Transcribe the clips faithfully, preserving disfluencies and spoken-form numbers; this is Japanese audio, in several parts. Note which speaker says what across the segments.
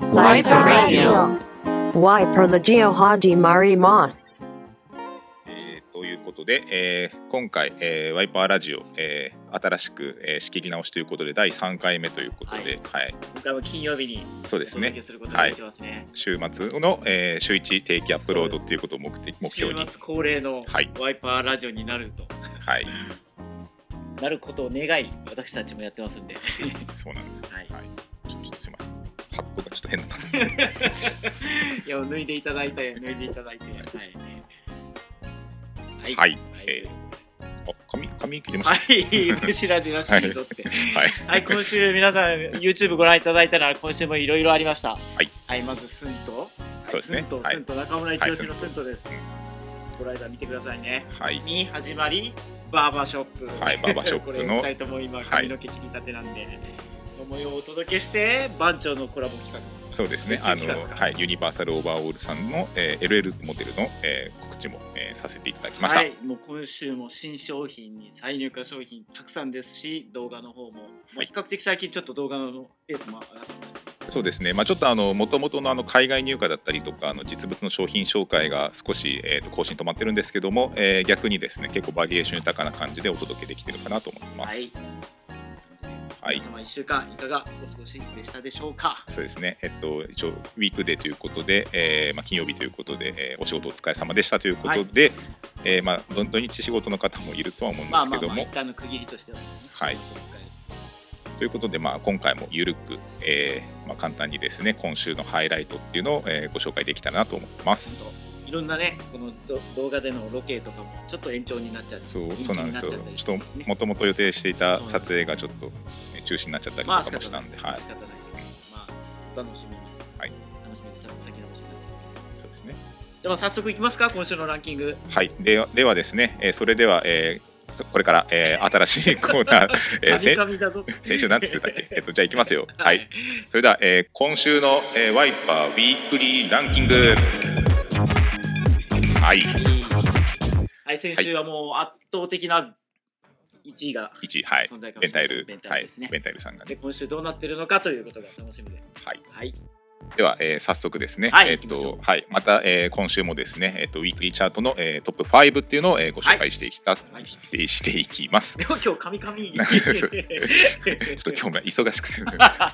Speaker 1: ワイパーラジオ。
Speaker 2: ワイパーラジオ始まります。
Speaker 3: えー、ということで、えー、今回、えー、ワイパーラジオ、えー、新しく、えー、仕切り直しということでだいさんかいめということで、はい
Speaker 4: はい、今回は金曜日にお届けすることができますね。はい、
Speaker 3: 週末の、えー、週いち定期アップロードっていうことを目的目標に
Speaker 4: 週末恒例のワイパーラジオになると、はい、なることを願い私たちもやってますんで
Speaker 3: そうなんです、はいはい、ちょっとすいません、ハットがちょっと変な
Speaker 4: いや脱いでいただいて脱いでいただいて、はい
Speaker 3: はい、はい、えー、あ髪髪切りました。
Speaker 4: はい、虫ラジらしいぞって。はい、はい、今週皆さん YouTube ご覧いただいたら今週もいろいろありました。はい、はい、まずスンと、
Speaker 3: そうですね。
Speaker 4: スンと、スンと中村一押しのスンとです。この間見てくださいね。はい。に始まりバーバーショップ。
Speaker 3: はい、バーバーショップの。
Speaker 4: これふたりとも今髪の毛切りたてなんで。の模様をお届けして番長のコラボ企画。
Speaker 3: そうですね。あの、はい、ユニバーサルオーバーオールさんの、えー、エルエル モデルの、えー、告知も、えー、させていただきました。はい、
Speaker 4: もう今週も新商品に再入荷商品たくさんですし、動画の方も、はい、比較的最近ちょっと動画のペースも上がってました。
Speaker 3: そうですね。まあちょっとあの元々のあの海外入荷だったりとかあの実物の商品紹介が少し、えー、と更新止まってるんですけども、えー、逆にですね結構バリエーション豊かな感じでお届けできてるかなと思ってます。はい。
Speaker 4: はい、皆様いっしゅうかんいかがお過ごしでしたでしょうか。
Speaker 3: そうですね、えっと、一応ウィークデーということで、えーまあ、金曜日ということで、えー、お仕事お疲れ様でしたということで、はい、えーまあ、土日仕事の方もいるとは思うんですけども、まあまあまあ
Speaker 4: 一旦の区切りとしては、ね、
Speaker 3: はい、ということで、まあ、今回もゆるく、えーまあ、簡単にですね今週のハイライトっていうのを、えー、ご紹介できたらなと思ってます。
Speaker 4: いろんなねこの動画でのロケとかもちょっと延長になっちゃって、
Speaker 3: そうそうなんですよ。ちょっともともと予定していた撮影がちょっと中止になっちゃったりとかもしたんで、
Speaker 4: まあ仕方ない、まあお楽しみに、はい、楽しみにちょっと先延ばしになってますけど、
Speaker 3: そうですね。
Speaker 4: じゃあ早速いきますか、今週のランキング。
Speaker 3: はい、ではではですね、えー、それでは、えー、これから、えー、新しいコーナー、えー、先週なんて言ってたっけ、えっとじゃあいきますよ。はい、それでは、えー、今週の、えー、ワイパーウィークリーランキング。はい、
Speaker 4: はい、先週はもう圧倒的ないちいが
Speaker 3: いちい、はい、
Speaker 4: 存在感
Speaker 3: ベンタイル、
Speaker 4: ベンタイルですね。
Speaker 3: はい、ベンタイルさんが、ね、
Speaker 4: で今週どうなってるのかということが楽しみで、
Speaker 3: はい
Speaker 4: はい、
Speaker 3: では、えー、早速ですね、
Speaker 4: はい、
Speaker 3: えーとはい、また、えー、今週もですね、えーと、ウィークリーチャートの、えー、トップファイブっていうのを、えー、ご紹介していきた、はい、してしていきます。
Speaker 4: でも今日カミカミちょっ
Speaker 3: と今日も忙しくて
Speaker 4: はい、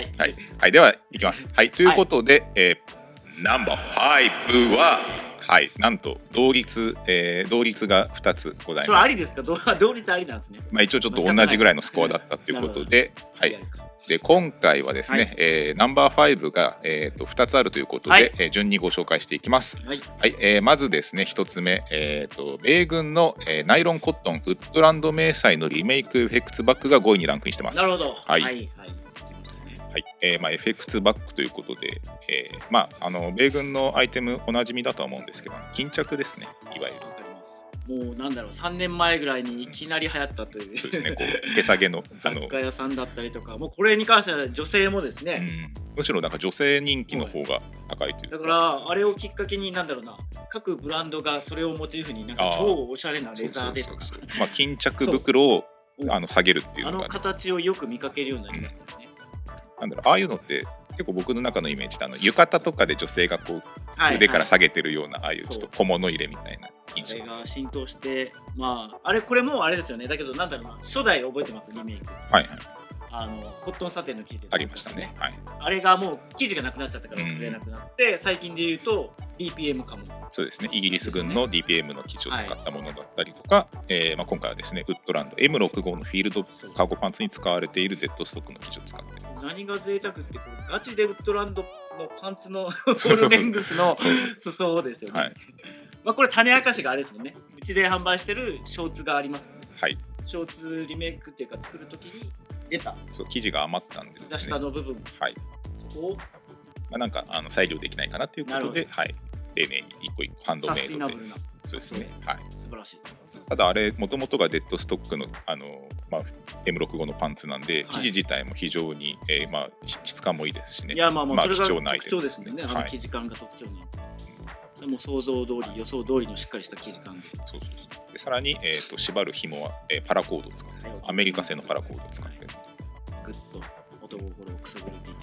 Speaker 3: はいはい、ではいきます。はい、ということで、はい、えー、ナンバーファイブははい、なんと同率、えー、同率がふたつございます。
Speaker 4: それありですか？同率ありなんですね。
Speaker 3: まあ一応ちょっと同じぐらいのスコアだったということで、はい。で今回はですね、はい、えー、ナンバーファイブが、えー、とふたつあるということで、はい、えー、順にご紹介していきます。はい。はい、えー、まずですねひとつめ、えー、と米軍の、えー、ナイロンコットンウッドランド迷彩のリメイクエフェクツバッグがごいにランクインしてます。
Speaker 4: なるほど。
Speaker 3: はい。
Speaker 4: はいはい
Speaker 3: はい、えーまあ、エフェクツバッグということで、えーまあ、あの米軍のアイテムおなじみだとは思うんですけど巾着ですね、いわゆ
Speaker 4: る。もうなんだろうさんねんまえぐらいにいきなり流行ったという、
Speaker 3: そうですね、こう手下げの
Speaker 4: 雑貨屋さんだったりとか、もうこれに関しては女性もですね、
Speaker 3: うん、むしろなんか女性人気の方が高いというか、
Speaker 4: だからあれをきっかけになんだろうな、各ブランドがそれをモチーフになんか超おしゃれなレザーでとか、
Speaker 3: まあ巾着袋をあの下げるっていうのが、ね、
Speaker 4: あの形をよく見かけるようになりましたね。
Speaker 3: なんだろう、ああいうのって結構僕の中のイメージで、あの浴衣とかで女性がこう腕から下げてるような、はいはい、ああいうちょっと小物入れみたいな印象。
Speaker 4: あれが浸透して、まああれこれもあれですよね。だけどなんだろうな、初代覚えてますリメイク。
Speaker 3: はいはい。
Speaker 4: あのコットンサテンの生地、ね、
Speaker 3: ありましたね。はい。
Speaker 4: あれがもう生地がなくなっちゃったから作れなくなって、うん、最近で言うと ディーピーエム かも。
Speaker 3: そうですね。イギリス軍の ディーピーエム の生地を使ったものだったりとか、はい、えーまあ、今回はですねウッドランド エムろくじゅうご のフィールドカーゴパンツに使われているデッドストックの生地を使って。
Speaker 4: 何が贅沢ってこれガチでウッドランドのパンツのオールレングスの裾ですよね。はい、まあこれ種明かしがあれですもんね。うちで販売してるショーツがありますもんね。はい。ショーツリメイクっていうか作るときに出た。
Speaker 3: そう生地が余ったんでですね。
Speaker 4: 下の部分。
Speaker 3: はい。
Speaker 4: そこを、
Speaker 3: まあ、なんかあの再利用できないかなということで、はい。丁寧に一個一個ハンドメイドで。サスティナブルな。そうですね。はい。
Speaker 4: 素晴らしい。
Speaker 3: ただあれもともとがデッドストックの、あの、まあ、エムろくじゅうご のパンツなんで、はい、生地自体も非常に、えーまあ、質感もいいですしね。
Speaker 4: いやまあまあそれが
Speaker 3: 特
Speaker 4: 徴ですね。あの生地感が特徴に、はい、それも想像通り予想通りのしっかりした生地感で。
Speaker 3: そうそうそう。でさらに、えー、と縛る紐は、えー、パラコードを使ってます。アメリカ製のパラコードを使ってる。
Speaker 4: グッと男心をくすぐるディテールになりますね。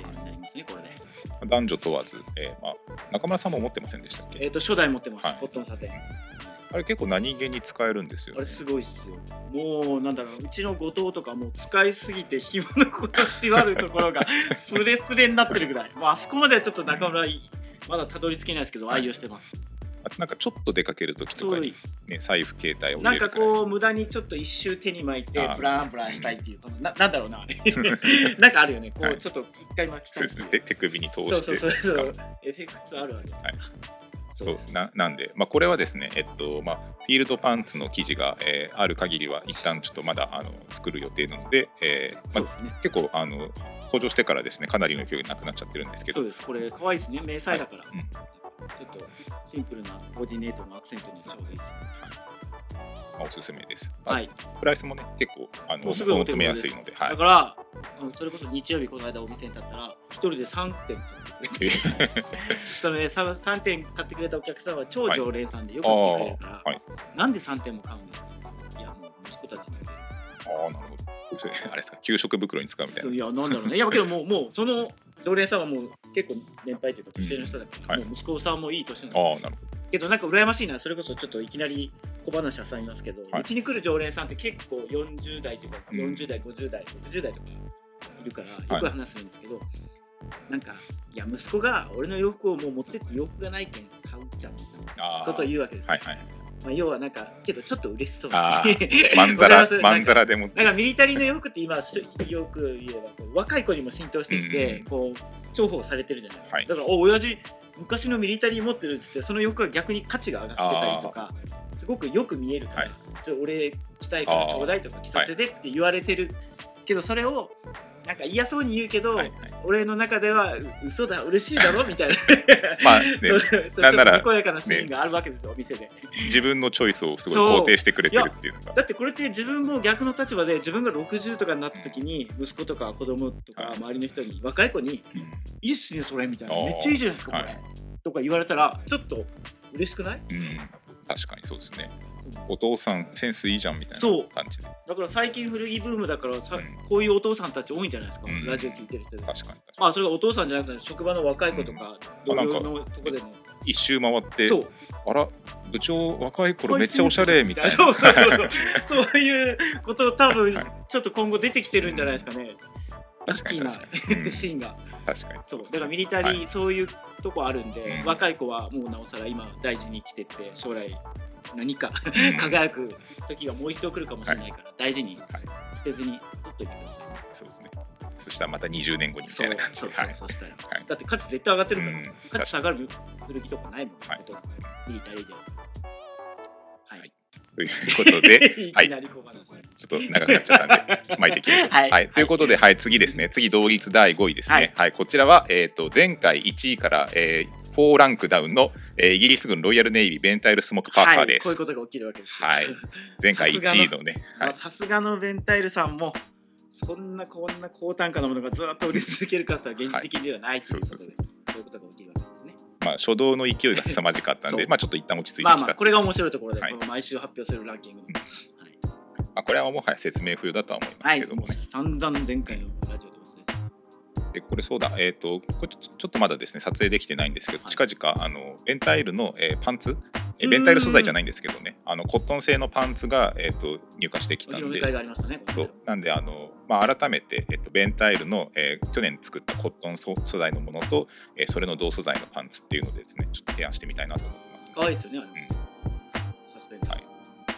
Speaker 4: ますねこれで。
Speaker 3: 男女問わず、えーまあ、中村さんも持ってませんでしたっけ？
Speaker 4: えっと初代持ってます、
Speaker 3: はい、
Speaker 4: コットンサテン。
Speaker 3: あれ結構何気に使えるんですよ、ね、
Speaker 4: あれすごいっすよ。もうなんだろう、うちの後藤とかもう使いすぎて紐のこと縛るところがスレスレになってるぐらい。もうあそこまではちょっと中村まだたどり着けないですけど、はい、愛用してます。
Speaker 3: あとなんかちょっと出かける時とかに、ね、財布携帯を入れるくらい、
Speaker 4: なんかこう無駄にちょっと一周手に巻いてブランブランしたいっていう、うん、な, なんだろうなあれなんかあるよね、こう、はい、ちょっフ一回巻きたい。
Speaker 3: そうですね、手首に通して使う。
Speaker 4: そうそうそうそう、エフェクツあるある、はい、
Speaker 3: そうな, なんで、まあ、これはですね、えっとまあ、フィールドパンツの生地が、えー、ある限りは一旦ちょっとまだあの作る予定なので、えーまあね、結構あの登場してからですねかなりの勢いなくなっちゃってるんですけど。
Speaker 4: そうです、これ可愛いですね、迷彩だから、はい、うん、ちょっとシンプルなコーディネートのアクセントにちょうどいいです、はい、
Speaker 3: まあ、おすすめです、まあ、
Speaker 4: はい、
Speaker 3: プライスもね結構あの求めやすいので、はい、
Speaker 4: だからそれこそ日曜日この間お店に立ったら一人でさんてん買ってくれてその、ね、さんてん買ってくれたお客さんは超常連さんでよく来てくれるから、はい、なんでさんてんも買うんですかって、いやもう息子たちに。
Speaker 3: ああ、なるほど。それあれですか、給食袋に使うみたいな。
Speaker 4: いや、なんだろうね。いやけどもうもうその常連さんはもう結構年配というか年上の人だから、うん、はい、もう息子さんもいい年なんです。
Speaker 3: ああ、なるほど。
Speaker 4: けどなんか羨ましいな、それこそちょっといきなり小話挟みますけど、うち、はい、に来る常連さんって結構よんじゅう代というか、うん、よんじゅう代、ごじゅう代、ろくじゅう代とかいるからよく話するんですけど、はい、なんかいや息子が俺の洋服をもう持ってって洋服がないけん買うじゃんみたいなことを言うわけですよ。はいはい、まあ、要はなんかけどちょっと嬉しそうな
Speaker 3: まんざらまんざらでも
Speaker 4: なんかミリタリーの洋服って今よく言えばこう若い子にも浸透してきて、うん、こう重宝されてるじゃないですか、はい、だからお親父昔のミリタリー持ってるっつってその洋服が逆に価値が上がってたりとかすごくよく見えるから、はい、ちょ俺着たいからちょうだいとか着させてって言われてるけど、それをなんか嫌そうに言うけど、はいはい、俺の中では嘘だ嬉しいだろみたいなまあ、ね、そなんならにこやかなシーンがあるわけですよ、ね、お店で
Speaker 3: 自分のチョイスをすごい肯定してくれてるっていうのが
Speaker 4: だってこれって自分も逆の立場で自分がろくじゅうとかになった時に息子とか子供とか周りの人に、はい、若い子に、うん、いいっすねそれみたいなめっちゃいいじゃないですかこれ、はい、とか言われたらちょっと嬉しくない？うん、
Speaker 3: 確かにそうですね。お父さんセンスいいじゃんみたいな感じで。
Speaker 4: だから最近古着ブームだからさ、うん、こういうお父さんたち多いんじゃないですか、うん、ラジオ聞いてる人で。
Speaker 3: 確かに確かに。
Speaker 4: まあそれがお父さんじゃなくて職場の若い子とか、同僚のとこでも
Speaker 3: 一周回ってそうあら部長若い頃めっちゃおしゃれみたいな
Speaker 4: そうそうそうそうそういうこと多分ちょっと今後出てきてるんじゃないですかね、ラッキーなシーンが。
Speaker 3: 確かに
Speaker 4: そうだからミリタリー、はい、そういうとこあるんで、うん、若い子はもうなおさら今大事に着てって将来何か輝く時がもう一度来るかもしれないから、はい、大事に捨てずに取っといてください、はい、
Speaker 3: そうですね。そしたらまたにじゅうねんごにみたいな感じで。
Speaker 4: そうそうそう、はい、したら、はい、だって価値絶対上がってるから、うん、価値下がる古着とかないもん、はい、ミリタリーでは、はいはい、
Speaker 3: ということで
Speaker 4: いきなり小話、はい、
Speaker 3: ちょっと長くなっちゃったんで巻いていきましょう、はいはい、ということで、はい、次ですね、次同率だいごいですね、はいはい、こちらは、えー、と前回いちいから、えーよんランクダウンの、えー、イギリス軍ロイヤルネイビーベンタイルスモークパーカーです、
Speaker 4: はい、こういうことが起きるわけです、
Speaker 3: はい、前回いちいのね
Speaker 4: さすがのベンタイルさんもそんなこんな高単価のものがずっと売り続けるかつたら現実的ではないということです、こういうことが起きるわけですね。
Speaker 3: まあ、初動の勢いが凄まじかったんでまあちょっと一旦落ち着いてきた、
Speaker 4: まあまあこれが面白いところで、はい、この毎週発表するランキングの、はい、
Speaker 3: まあ、これはもはや説明不要だとは思いますけどもね、はい、
Speaker 4: 散々前回のラジオで
Speaker 3: でこれそうだ、えーと、これちょっとまだですね撮影できてないんですけど、はい、近々あのベンタイルの、えー、パンツ、えー、ベンタイル素材じゃないんですけどね、あのコットン製のパンツが、えー、と入荷してきたんで、そうなんであの、まあ、改めて、えー、とベンタイルの、えー、去年作ったコットン素材のものと、えー、それの同素材のパンツっていうのでですねちょっと提案してみたいなと思ってます。
Speaker 4: 可愛いですよね、あれ、うん、サスペンダー、はい、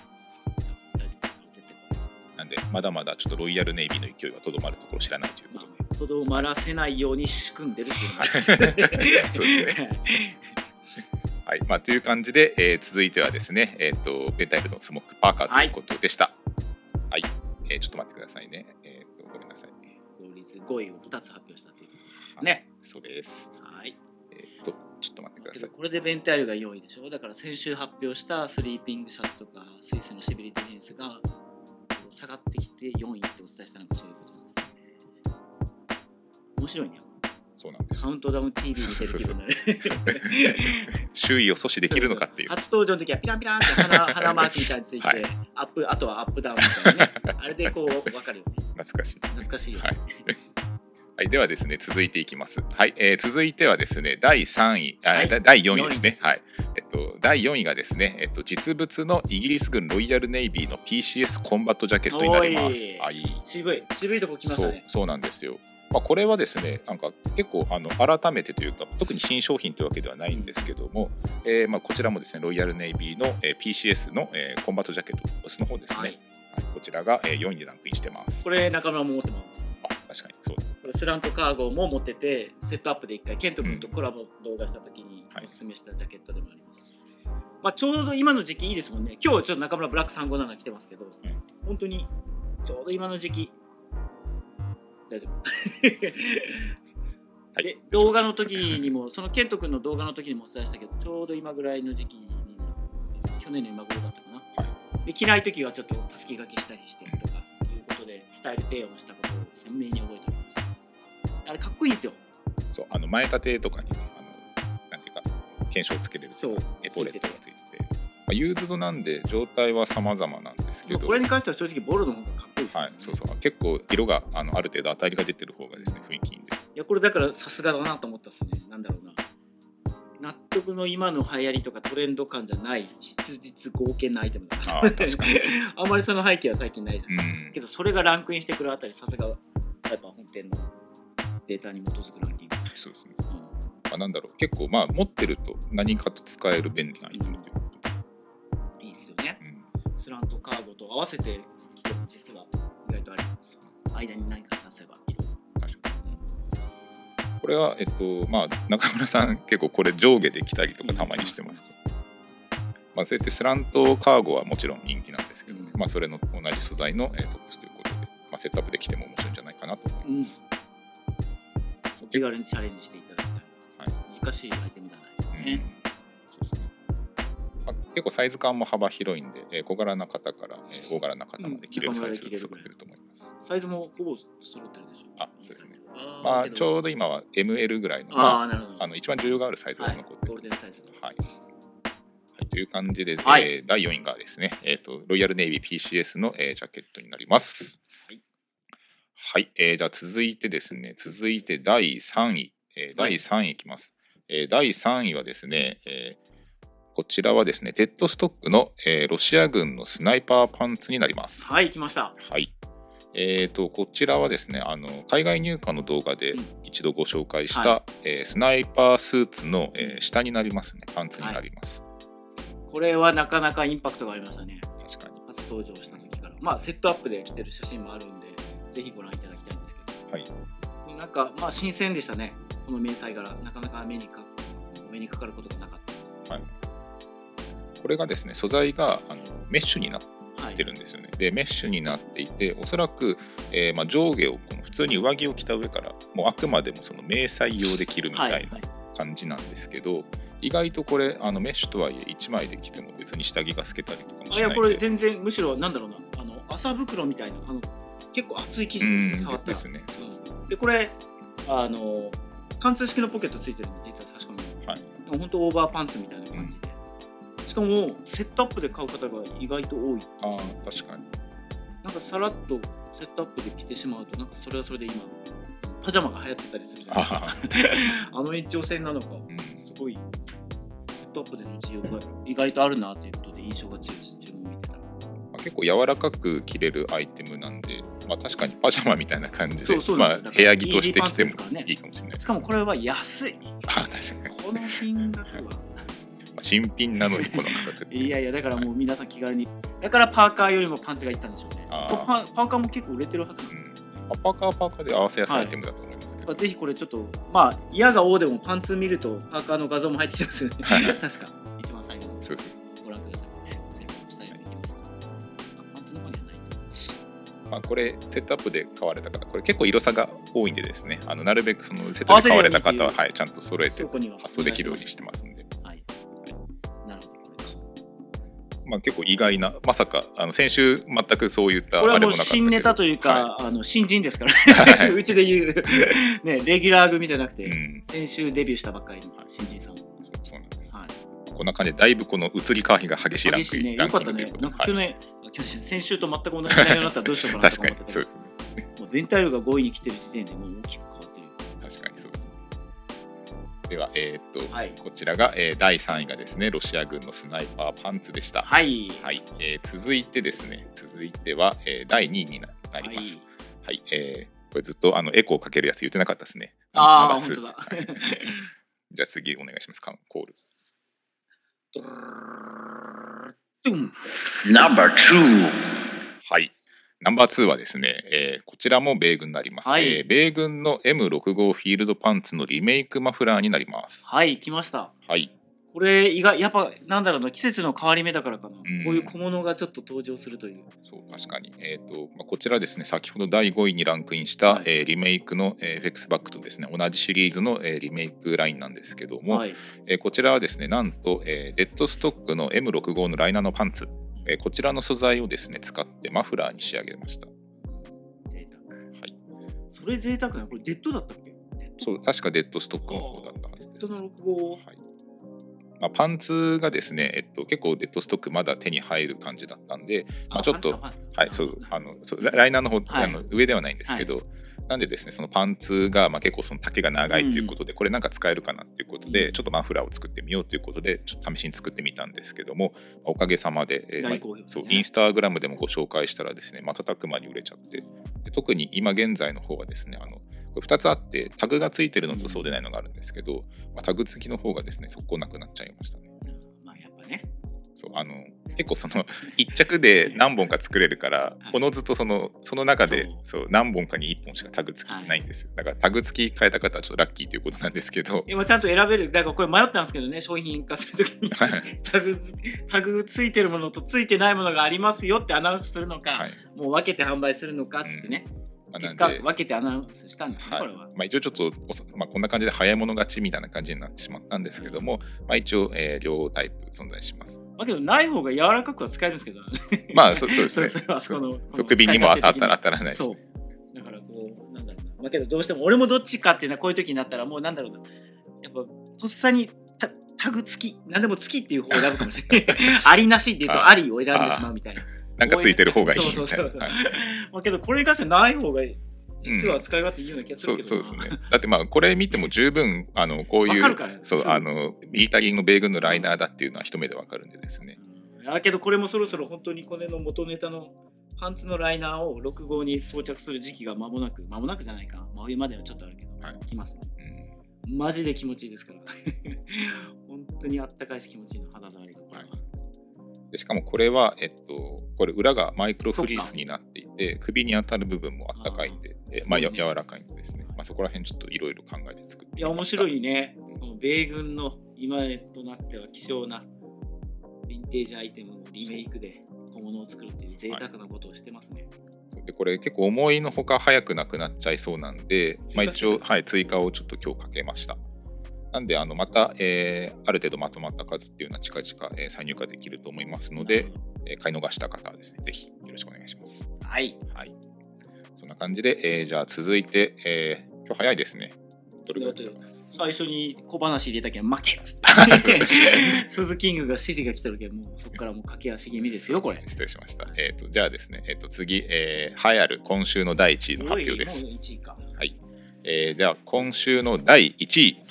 Speaker 3: なんでまだまだちょっとロイヤルネイビーの勢いはとどまるところ知らないということで、
Speaker 4: とどまらせないように仕組んでるっていうのがあります
Speaker 3: そうですねはい、まあ、という感じで、えー、続いてはですね、えー、とベンタイルのスモックパーカーということでした。はい、はい、えー、ちょっと待ってくださいね。えー、とごめんなさい。
Speaker 4: 同率ごいをふたつ発表したということね。
Speaker 3: そうです。
Speaker 4: はい。
Speaker 3: えー、とちょっと待ってください。
Speaker 4: これでベンタイルがよんいでしょ。だから先週発表したスリーピングシャツとかスイスのシビリティフェンスが下がってきてよんいってお伝えしたのがそういうことなんですよね。面白いね。
Speaker 3: そうなんです。
Speaker 4: カウントダウン ティービー 見てる気分になる。
Speaker 3: 周囲を阻止できるのかっていう。
Speaker 4: そうそうそう初登場の時はピランピランって鼻鼻マークみたいについて、はい、アップあとはアップダウンみたいなね。あれでこう分かるよね。
Speaker 3: 懐かしい。
Speaker 4: 懐かしいよね。はい、
Speaker 3: はい、ではですね続いていきます。はい、えー、続いてはですねだいさんい、あ、
Speaker 4: はい、
Speaker 3: だいよんいですね。はい、えっとだいよんいがですね、えっと実物のイギリス軍ロイヤルネイビーの ピーシーエス コンバットジャケットになります。はい、
Speaker 4: 渋い渋いとこ来ましたね。
Speaker 3: そう、そうなんですよ。まあ、これはですねなんか結構あの改めてというか特に新商品というわけではないんですけども、えー、まあこちらもですねロイヤルネイビーの、えー、ピーシーエス の、えー、コンバットジャケットオスの方ですね、はいはい、こちらが、えー、よんいでランクインしてます。
Speaker 4: これ中村も持ってます。
Speaker 3: あ、確かにそうです。
Speaker 4: これスラントカーゴも持っててセットアップで一回ケント君とコラボ動画した時におすすめしたジャケットでもあります、はい、まあ、ちょうど今の時期いいですもんね。今日ちょっと中村ブラックさんごなな来てますけど、うん、本当にちょうど今の時期大丈夫で動画の時にもそのケント君の動画の時にもお伝えしたけどちょうど今ぐらいの時期に去年の今頃だったかな、はい、で着ない時はちょっとたすき掛けしたりしてとかいうことでスタイル提案をしたことを鮮明に覚えております。あれかっこいいんですよ。
Speaker 3: そう、あの前立てとかに、ね、あのなんていうか検証をつけれるというかエポレットがついてて、まあ、ユーズドなんで状態は様々なんですけど、
Speaker 4: これに関しては正直ボルの方がかっこいいですよね。
Speaker 3: はい、そうそう、結構色が あのある程度当たりが出てる方がですね雰囲気いいんで。
Speaker 4: いやこれだからさすがだなと思ったっすね。なんだろうな、納得の今の流行りとかトレンド感じゃない質実合計なアイテムだな。あ, 確かにあんまりその背景は最近ないじゃない、うん、けどそれがランクインしてくるあたりさすがやっぱ本店のデータに基づくランキング。
Speaker 3: そうですね、うん、まあ、なんだろう結構まあ持ってると何かと使える便利なアイテムということで、
Speaker 4: うん、いいっすよね、うん、スラントカーゴと合わせてきても実は意外とありますよ。間に何かさせばいい。
Speaker 3: これは、えっとまあ、中村さん結構これ上下で着たりとかたまにしてますか、うん、まあ、そうやってスラントカーゴはもちろん人気なんですけど、ね、うん、まあ、それの同じ素材の、えー、トップスということで、まあ、セットアップで着ても面白いんじゃないかなと思います、
Speaker 4: うん、手軽にチャレンジしていただきたい、はい、難しいアイテムではないですね、うん、そうですね。
Speaker 3: まあ、結構サイズ感も幅広いんで、えー、小柄な方から、えー、大柄な方まで着れるサイズが揃ってると思います、
Speaker 4: うん、サイズもほぼ揃ってるでしょう。
Speaker 3: あ、そうですね。まあ、ちょうど今は エムエル ぐらいの、まあ、あの一番需要があるサイズが残っている、はい、
Speaker 4: ゴールデンサイズ、
Speaker 3: はいはい、という感じで、
Speaker 4: はい、
Speaker 3: えー、だいよんいがですね、えーと、ロイヤルネイビー ピーシーエス の、えー、ジャケットになります。はい、はい、えー、じゃあ続いてですね、続いてだいさんい、えー、だいさんいいきます、はい、えー、だいさんいはですね、えー、こちらはですね、テッドストックの、えー、ロシア軍のスナイパーパンツになります。
Speaker 4: はい、来ました。
Speaker 3: はい。えー、とこちらはですね、あの海外入荷の動画で一度ご紹介した、うん、はい、えー、スナイパースーツの、えー、下になりますね、パンツになります、はい、
Speaker 4: これはなかなかインパクトがありましたね。
Speaker 3: 確かに
Speaker 4: 初登場した時から、まあ、セットアップで着てる写真もあるんでぜひご覧いただきたいんですけど、はい、なんかまあ新鮮でしたね。この迷彩柄なかなか目にか目にかかることがなかった、はい、
Speaker 3: これがですね素材があのメッシュになっててるんですよね、はい、でメッシュになっていておそらく、えーまあ、上下をこの普通に上着を着た上からもうあくまでもその迷彩用で着るみたいな感じなんですけど、はいはい、意外とこれあのメッシュとはいえいちまいで着ても別に下着が透けたりとかもしないんで、
Speaker 4: いやこれ全然むしろなんだろうなあの麻袋みたいなあの結構厚い生地ですね、触ったらですね。そうですね。でこれあの貫通式のポケットついてるんで実は確かに、はい、でも本当オーバーパンツみたいな感じで、うん、しかもセットアップで買う方が意外と多い。
Speaker 3: ああ確かに。なん
Speaker 4: かさらっとセットアップで着てしまうとなんかそれはそれで今パジャマが流行ってたりするじゃないですか。あの延長線なのか、うん、すごいセットアップでの需要が意外とあるなということで印象が強いです。自分見てたら、ま
Speaker 3: あ、結構柔らかく着れるアイテムなんで、まあ、確かにパジャマみたいな感じで、そうそうまあ、部屋着として着てもいいかもしれないです。
Speaker 4: しかもこれは安い。
Speaker 3: あ確かに
Speaker 4: この金額は
Speaker 3: 新品なのにこの価格
Speaker 4: いやいやだからもう皆さん気軽にだからパーカーよりもパンツがいったんでしょうね。パ, パーカーも結構売れてるはずなんですけど、ね、
Speaker 3: うん、パーカーはパーカーで合わせやすいアイテムだと思いますけど、
Speaker 4: はい、ぜひこれちょっとまあ嫌が王でもパンツ見るとパーカーの画像も入ってきてますよね確か一番最後に
Speaker 3: そうそう
Speaker 4: ご覧ください。セットアップスタイルできます。パンツの方にはない、
Speaker 3: まあ、これセットアップで買われた方これ結構色差が多いんでですねあのなるべくそのセットで買われた方は、はい、ちゃんと揃えて発送できるようにしてますんで、まあ、結構意外なまさかあの先週全くそういったあれもなかったけど、これはもう
Speaker 4: 新ネタというか、はい、あの新人ですからねうちで言う、ね、レギュラー組じゃなくて、うん、先週デビューしたばっかりの新人さん、はい、
Speaker 3: そう、そうなんです、はい、こんな感じでだいぶこの移り変わりが激しいランクイン、ね、
Speaker 4: よかったね。なんか去年、はい、去年先週と全く同じ内容になったらどうしようかなと思ってたけど、そうですね、もう全体量がごいに来てる時点でもう大きく変わって
Speaker 3: では、えーっと
Speaker 4: はい、
Speaker 3: こちらが、えー、だいさんいがですね、ロシア軍のスナイパーパンツでした。
Speaker 4: はい、
Speaker 3: はいえー、続いてですね、続いては、えー、だいにいになります。はい、はいえー、これずっとあのエコーかけるやつ言ってなかったですね。
Speaker 4: ああ、本当だ。
Speaker 3: じゃあ次お願いします、コール。
Speaker 1: ナンバーツー。
Speaker 3: はい。ナンバーツーはですね、えー、こちらも米軍になります、はいえー。米軍の エムろくじゅうご フィールドパンツのリメイクマフラーになります。
Speaker 4: はい、来ました。
Speaker 3: はい。
Speaker 4: これ意外やっぱなんだろうな、季節の変わり目だからかな、うん、こういう小物がちょっと登場するという。
Speaker 3: そう確かに、えーとまあ、こちらですね、先ほどだいごいにランクインした、はいえー、リメイクの、えー、エフェクスバックとですね同じシリーズの、えー、リメイクラインなんですけども、はいえー、こちらはですねなんと、えー、デッドストックの エムろくじゅうご のライナーのパンツ、えー、こちらの素材をですね使ってマフラーに仕上げました。
Speaker 4: 贅沢、はい、それ贅沢な。これデッドだったっけ？
Speaker 3: そう確かデッドストックの方だったはずです。
Speaker 4: デッドのろくじゅうご、はい
Speaker 3: まあ、パンツがですね、えっと、結構デッドストックまだ手に入る感じだったんで、まあ、ちょっとはいそうあのそうライナーの方、はい、あの上ではないんですけど、はい、なんでですねそのパンツが、まあ、結構その丈が長いということで、うん、これなんか使えるかなということで、うん、ちょっとマフラーを作ってみようということでちょっと試しに作ってみたんですけども、おかげさまで、えーまあ、そうインスタグラムでもご紹介したらですね瞬く間に売れちゃって、で特に今現在の方はですねあのこれふたつあってタグがついてるのとそうでないのがあるんですけど、まあ、タグ付きの方がですね速攻なくなっちゃいましたね。
Speaker 4: まあやっぱね
Speaker 3: そうあの結構そのいっ着で何本か作れるからおのずとそのその中でそう何本かにいっぽんしかタグ付きないんですよ。だからタグ付き変えた方はちょっとラッキーということなんですけど、
Speaker 4: 今ちゃんと選べる。だからこれ迷ったんですけどね、商品化するときにタグタグついてるものとついてないものがありますよってアナウンスするのか、はい、もう分けて販売するのかっつってね、うんまあ、結果分けてアナウンスしたんですね、はい、これは。
Speaker 3: まあ、一応ちょっと、まあ、こんな感じで早い者勝ちみたいな感じになってしまったんですけども、まあ、一応、えー、両タイプ存在します。
Speaker 4: まあ、けどない方が柔らかくは使えるんですけど、ね、
Speaker 3: まあそ う, そうですねそう首にも当たら当たらないし、
Speaker 4: そうだからこうなんだろうな、まあ、けどどうしても俺もどっちかっていうのはこういう時になったらもうなんだろうな、やっぱとっさにタ, タグ付き何でも付きっていう方を選ぶかもしれないありなしっていうとありを選んでしまうみたいな、
Speaker 3: なんかついてる方がいいみたいな。
Speaker 4: そうそうそうそう、はい、まあけどこれに関してない方がいい、実は使い勝手いいような気がするけど、
Speaker 3: うん、そう、そうですね。だってまあこれ見ても十分あのこういうそうあのミリタリーの米軍のライナーだっていうのは一目でわかるんでですね。
Speaker 4: だけどこれもそろそろ本当にこれの元ネタのパンツのライナーをろくごうに装着する時期が間もなく間もなくじゃないか、真冬まではちょっとあるけど、はい、来ますね、うん、マジで気持ちいいですから本当にあったかいし気持ちいいの、肌触りが、はい、
Speaker 3: でしかもこれは、えっと、これ裏がマイクロフリースになっていて首に当たる部分もあったかいんで、えまあ、ね、柔らかいんですね、まあ、そこら辺ちょっといろいろ考えて作ってみました。い
Speaker 4: や面白いね、うん、この米軍の今となっては希少なヴィンテージアイテムのリメイクで小物を作るっていう贅沢なことをしてますね、
Speaker 3: はい、でこれ結構思いのほか早くなくなっちゃいそうなんで、まあ、一応、はい、追加をちょっと今日かけました。なんであのまた、えー、ある程度まとまった数っていうのは近々、えー、再入荷できると思いますので、えー、買い逃した方はですねぜひよろしくお願いします。
Speaker 4: はい、はい、
Speaker 3: そんな感じで、えー、じゃあ続いて、えー、今日早いですね。どれぐらい
Speaker 4: 最初に小話入れたけん負けっつってスズキングが指示が来た時はもうそこからもう駆け足気味ですよこれ。
Speaker 3: 失礼しました。えっ、ー、とじゃあですね、えっ、ー、と次、えー、栄えある今週のだいいちいの発表です。
Speaker 4: いちいか。
Speaker 3: はい。えー、では今週のだいいちい。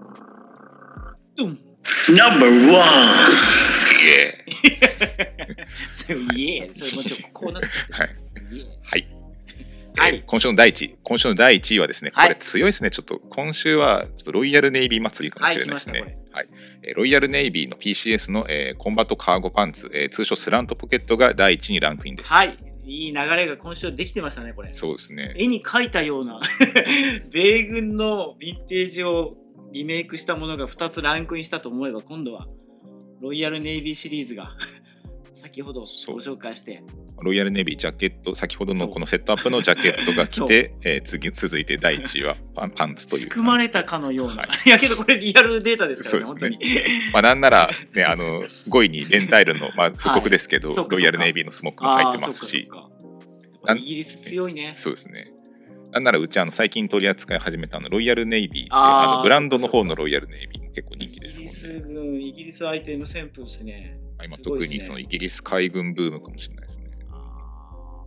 Speaker 1: ナンバーワン。
Speaker 3: イエ
Speaker 4: ー。そうイエー。それもちょっとこうなって。
Speaker 3: はい。はい。
Speaker 4: はい、
Speaker 3: えー、今週のだいいちい今週のだいいちいはですね、これ強いですね、はい、ちょっと今週はちょっとロイヤルネイビー祭りかもしれないですね、はいはいえー、ロイヤルネイビーの ピーシーエス の、えー、コンバットカーゴパンツ、えー、通称スラントポケットがだいいちいにランクインです。
Speaker 4: はい、いい流れが今週できてましたねこれ。
Speaker 3: そうですね、
Speaker 4: 絵に描いたような米軍のヴィンテージをリメイクしたものがふたつランクインしたと思えば、今度はロイヤルネイビーシリーズが先ほどご紹介して
Speaker 3: ロイヤルネイビージャケット、先ほどのこのセットアップのジャケットが来て、えー、次続いてだいいちいはパン、パンツという
Speaker 4: 仕組まれたかのような、はい、いやけどこれリアルデータですからね、本当に
Speaker 3: まあなんなら、ね、あのごいにレンタイルの、まあ、復刻ですけど、はい、ロイヤルネイビーのスモックも入ってますし、
Speaker 4: イギリス強いね。
Speaker 3: そうですね。なんならうちあの最近取り扱い始めたのロイヤルネイビーっていうあのブランドの方のロイヤルネイビーも結構人気ですもんね。
Speaker 4: イギリス軍、イギリス相手の旋風ですね。
Speaker 3: 今特にそのイギリス海軍ブームかもしれないですね。
Speaker 4: あ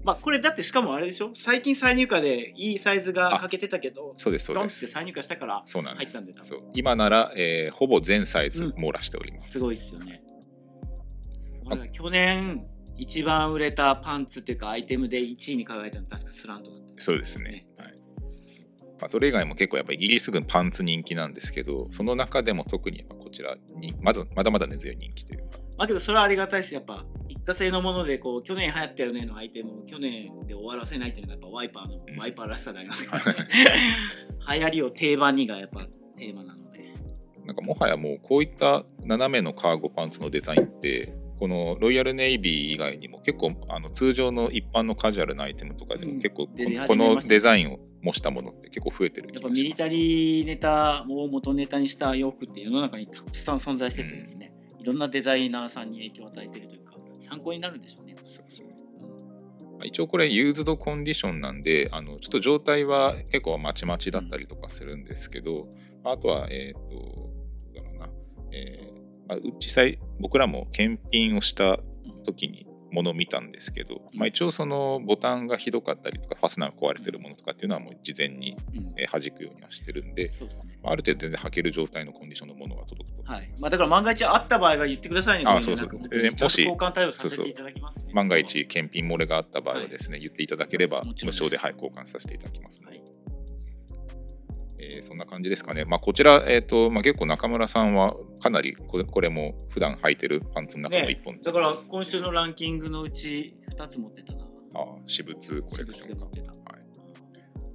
Speaker 4: まあこれだってしかもあれでしょ、最近再入荷でいいサイズが欠けてたけど、
Speaker 3: そうですそうです。
Speaker 4: ドンって再入荷したから入ったんで、
Speaker 3: そう、今なら、えー、ほぼ全サイズ網羅しております、
Speaker 4: うん、すごいですよね。去年一番売れたパンツっていうかアイテムでいちいに輝いたの確かスラントだった、ね、
Speaker 3: そうですね、はい。まあ、それ以外も結構やっぱりイギリス軍パンツ人気なんですけど、その中でも特にやっぱこちらにまずまだまだ根強い人気というか、
Speaker 4: まあけどそれはありがたいし、やっぱ一過性のものでこう去年流行ったよねのアイテムを去年で終わらせないっていうのがやっぱワイパーの、うん、ワイパーらしさでありますからね流行りを定番にがやっぱテーマなので、
Speaker 3: なんかもはやもうこういった斜めのカーゴパンツのデザインってこのロイヤルネイビー以外にも結構あの通常の一般のカジュアルなアイテムとかでも結構、うん、このデザインを模したものって結構増えてる気がします。
Speaker 4: やっぱミリタリーネタを元ネタにした洋服って世の中にたくさん存在しててですね、うん、いろんなデザイナーさんに影響を与えているというか参考になるんでしょうね。そうですね。
Speaker 3: 一応これユーズドコンディションなんで、あのちょっと状態は結構まちまちだったりとかするんですけど、うん、あとはえっ、ー、とどうだろうな、えーまあ、実際僕らも検品をした時にものを見たんですけど、まあ、一応そのボタンがひどかったりとかファスナーが壊れてるものとかっていうのはもう事前に弾くようにはしてるんで、うん、そうですね、まあ、ある程度全然履ける状態のコンディションのものが届くと、
Speaker 4: はい、まあ、だから万が一あった場合は言ってくださいね。
Speaker 3: ああ、そうそう、
Speaker 4: えー、もし交換対応させていただきます、ね、
Speaker 3: そうそう、万が一検品漏れがあった場合はですね、はい、言っていただければ無償で、はい、交換させていただきます、ね。はい、えー、そんな感じですかね。まあ、こちら、えーとまあ、結構中村さんはかなりこれ、これも普段履いてるパンツの中のいっぽん、ね、
Speaker 4: だから今週のランキングのうちふたつ持ってたな。
Speaker 3: ああ、私物コレクションか。はい、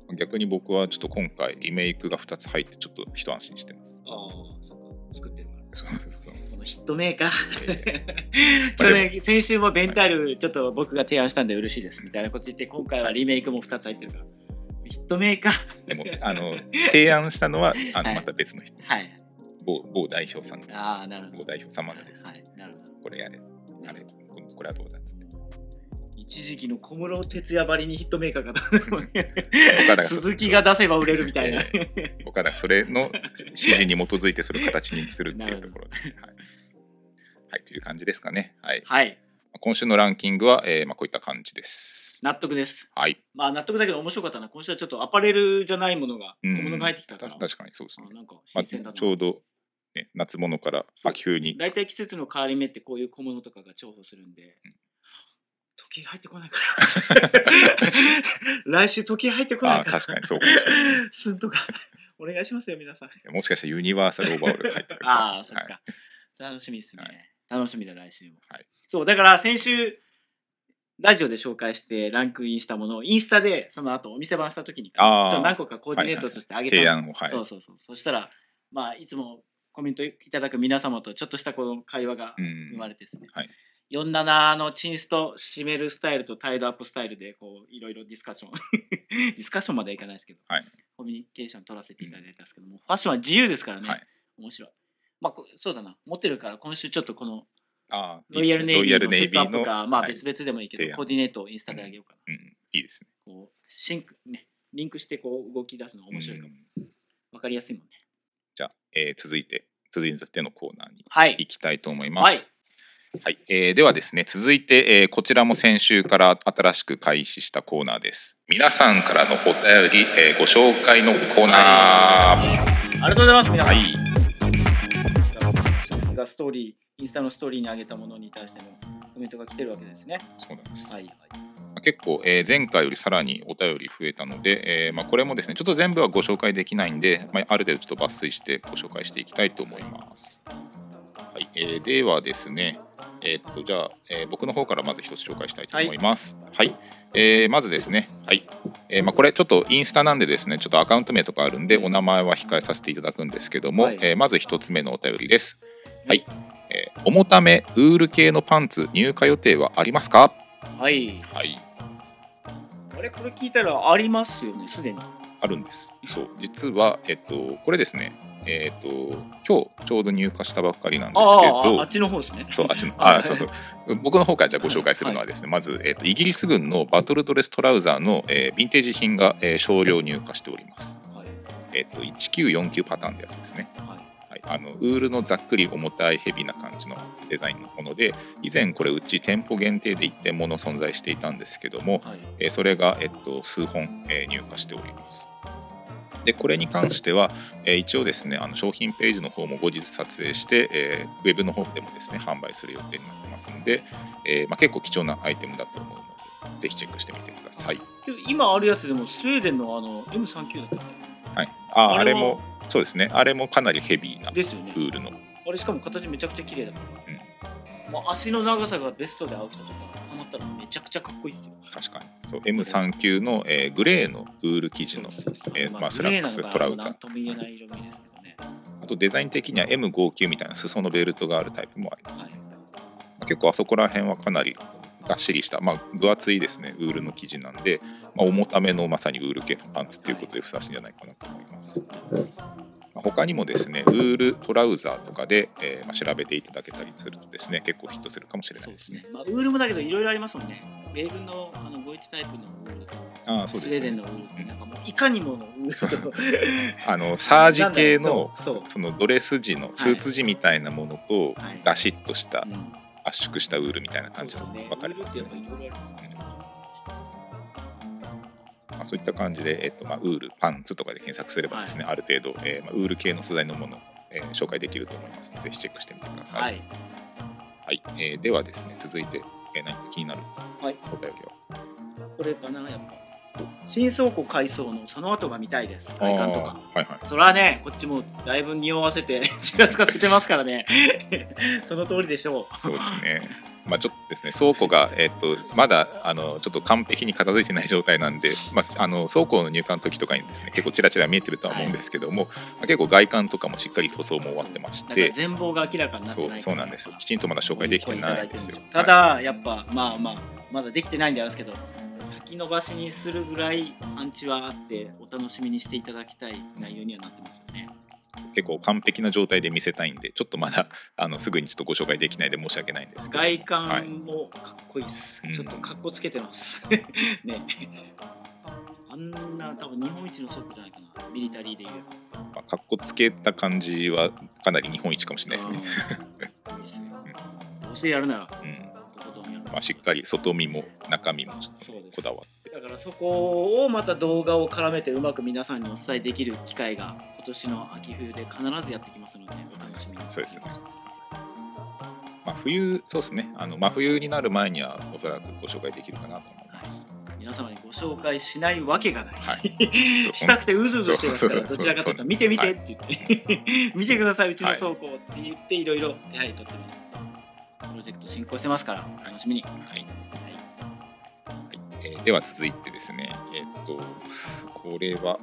Speaker 3: 逆に僕はちょっと今回リメイクがふたつ入ってちょっと一安心してます。
Speaker 4: ああ、そうか、作ってるから。
Speaker 3: そうそうそう、
Speaker 4: このヒットメーカー去年先週もベンタイルちょっと僕が提案したんで嬉しいですみたいなこと言って、今回はリメイクもふたつ入ってるからヒットメーカー
Speaker 3: でもあの提案したのはあのまた別の人、
Speaker 4: はい、
Speaker 3: 某, 某代表さん、
Speaker 4: ああ、なるほど、
Speaker 3: 某代表様がです、
Speaker 4: はい、なるほど、
Speaker 3: これやれ、あれ、これはどうだっつって、
Speaker 4: 一時期の小室哲哉ばりにヒットメーカーが鈴木が出せば売れるみたいな、
Speaker 3: えー、岡田それの指示に基づいてそれを形にするっていうところで、はいはい、という感じですかね。はい、
Speaker 4: はい、
Speaker 3: 今週のランキングは、えーまあ、こういった感じです。
Speaker 4: 納得です。
Speaker 3: はい。
Speaker 4: まあ納得だけど面白かったな。今週はちょっとアパレルじゃないものが小物が入ってきたから、
Speaker 3: うん、確かにそうですね。
Speaker 4: なんか新鮮だな、
Speaker 3: まあ、ちょうど、ね、夏物から秋冬に。
Speaker 4: だいたい季節の変わり目ってこういう小物とかが重宝するんで、うん、時計入ってこないから来週時計入ってこないから。
Speaker 3: あ、確かにそうかもしれないです
Speaker 4: すんとかお願いしますよ皆さん。
Speaker 3: もしかしたらユニバーサルオーバーオール入ってくる
Speaker 4: ああ、そっか、はい、楽しみですね、はい、楽しみだ来週も、はい、そうだから先週ラジオで紹介してランクインしたものをインスタでその後お店番した時にちょっと何個かコーディネートとしてあげたんです、はいはい、提案を、はい、そうそうそう、そしたらまあいつもコメントいただく皆様とちょっとしたこの会話が生まれてですね、はい、よんじゅうななのチンスト締めるスタイルとタイドアップスタイルでこういろいろディスカッションディスカッションまではいかないですけど、はい、コミュニケーション取らせていただいたんですけども、うん、ファッションは自由ですからね、はい、面白い。まあそうだな、持ってるから今週ちょっとこの
Speaker 3: あ
Speaker 4: ロイヤルネイビーのセットアップか、まあ別々でもいいけど、はい、コーディネートをインスタであげようかな、
Speaker 3: うんうん、いいですね。
Speaker 4: こうシンクね、リンクしてこう動き出すの面白いかも、うん、分かりやすいもんね。
Speaker 3: じゃあ、えー、続いて続いてのコーナーに行きたいと思います、
Speaker 4: はい
Speaker 3: はい、えー、ではですね、続いて、えー、こちらも先週から新しく開始したコーナーです。皆さんからのお便り、えー、ご紹介のコーナー、はい、
Speaker 4: ありがとうございます皆さん、
Speaker 3: はい、
Speaker 4: がストーリーインスタのストーリーに上げたものに対してのコメントが来てるわけですね。
Speaker 3: そうなんです、
Speaker 4: はいはい、
Speaker 3: 結構、えー、前回よりさらにお便り増えたので、えーまあ、これもですねちょっと全部はご紹介できないんで、まあ、ある程度ちょっと抜粋してご紹介していきたいと思います。はい、えー、ではですね、えー、っとじゃあ、えー、僕の方からまず一つ紹介したいと思います。はい、はい、えー、まずですね、はい、えーまあ、これちょっとインスタなんでですねちょっとアカウント名とかあるんでお名前は控えさせていただくんですけども、はい、えー、まず一つ目のお便りです。はい、えー、重ためウール系のパンツ入荷予定はありますか？
Speaker 4: はい、
Speaker 3: はい、
Speaker 4: あれこれ聞いたらありますよね、すでに
Speaker 3: あるんです。そう実は、えっと、これですね、えっと、今日ちょうど入荷したばっかりなんですけど、
Speaker 4: あ, あ, あっちの方ですね。
Speaker 3: そうあっちのあそうそう僕の方からじゃあご紹介するのはですね、はい、まず、えっと、イギリス軍のバトルドレストラウザーの、えー、ヴィンテージ品が、えー、少量入荷しております。はい、えっと、いちきゅうよんきゅうパターンってやつですね。はい、 はい、あのウールのざっくり重たいヘビーな感じのデザインのもので、以前これうち店舗限定でいってんもの存在していたんですけども、はい、えー、それが、えっと、数本、えー、入荷しております。でこれに関しては、えー、一応ですねあの商品ページの方も後日撮影して、えー、ウェブの方でもですね販売する予定になってますので、えーまあ、結構貴重なアイテムだと思うのでぜひチェックしてみてください。
Speaker 4: 今あるやつでもスウェーデンのあの エムサーティーキュー だったっけ？
Speaker 3: はい、ああれもそうですね、あれもかなりヘビーなウールの、ね、
Speaker 4: あれしかも形めちゃくちゃ綺麗だから、うん、まあ、足の長さがベストで合う人とかハマったらめちゃくちゃかっこいいですよ。
Speaker 3: 確かにそう エムさんじゅうきゅう の、えー、グレーのウール生地のスラックストラウザー、
Speaker 4: とも言えない色味ですけどね。
Speaker 3: あとデザイン的には エムごじゅうきゅう みたいな裾のベルトがあるタイプもあります、ね、はい、結構あそこら辺はかなりがっしりした、まあ、分厚いですねウールの生地なんで、まあ、重ためのまさにウール系のパンツということでふさわしいんじゃないかなと思います。まあ、他にもですねウールトラウザーとかで、えーまあ、調べていただけたりするとですね結構ヒットするかもしれないですね。
Speaker 4: そうですね、まあ、ウールもだけどいろいろありますもんね。米軍のあのごじゅういちタイプのウールと
Speaker 3: あそうです、ね、
Speaker 4: スウェーデンのウールってなんかもういかにものウールと
Speaker 3: あのサージ系の そ, そのドレス地のスーツ地みたいなものと、はい、ガシッとした、はい、うん圧縮したウールみたいな感じの分かりますね。まあ、そういった感じで、えっとまあ、ウールパンツとかで検索すればですね、はい、ある程度、えーまあ、ウール系の素材のものを、えー、紹介できると思いますのでぜひチェックしてみてください。はいはいえー、ではですね続いて、えー、何か気になるお便りは、
Speaker 4: はい、これかなやっぱ新倉庫改装のその後が見たいです。外観とか、はいはい、それはねこっちもだいぶ匂わせてちらつかせてますからねその通りでしょう。
Speaker 3: そうですね、まあ、ちょっとですね倉庫が、えー、っとまだあのちょっと完璧に片付いてない状態なんで、まあ、あの倉庫の入荷の時とかにですね結構チラチラ見えてるとは思うんですけども、はいまあ、結構外観とかもしっかり塗装も終わってまして、
Speaker 4: 全貌が明らかになってないから
Speaker 3: そうそうなんですよ。きちんとまだ紹介できてないんですよ。
Speaker 4: ただ、はい、やっぱまあまあまだできてないんであるんですけど先延ばしにするぐらいパンチはあってお楽しみにしていただきたい内容にはなってますよね。
Speaker 3: 結構完璧な状態で見せたいんでちょっとまだあのすぐにちょっとご紹介できないで申し訳ないんですけど
Speaker 4: 外観もかっこいいです、はい、ちょっとかっこつけてますね。あんな多分日本一の倉庫じゃないかなミリタリーでいう、
Speaker 3: まあ、かっこつけた感じはかなり日本一かもしれないですね。
Speaker 4: どうせやるなら、
Speaker 3: うんまあ、しっかり外見も中身もこだわって
Speaker 4: だからそこをまた動画を絡めてうまく皆さんにお伝えできる機会が今年の秋冬で必ずやってきますのでお楽しみに。
Speaker 3: そうですね、まあ、冬そうですねあの真冬になる前にはおそらくご紹介できるかなと思います、はい、
Speaker 4: 皆様にご紹介しないわけがない、はい、したくてうずうずしてますからどちらかというと見て見てって言って、はい、見てくださいうちの倉庫って言っていろいろ手配取ってます。プロジェクト進行してますからお楽しみに。はいはいはい
Speaker 3: えー、では続いてですね、えー、っとこれはどれですか。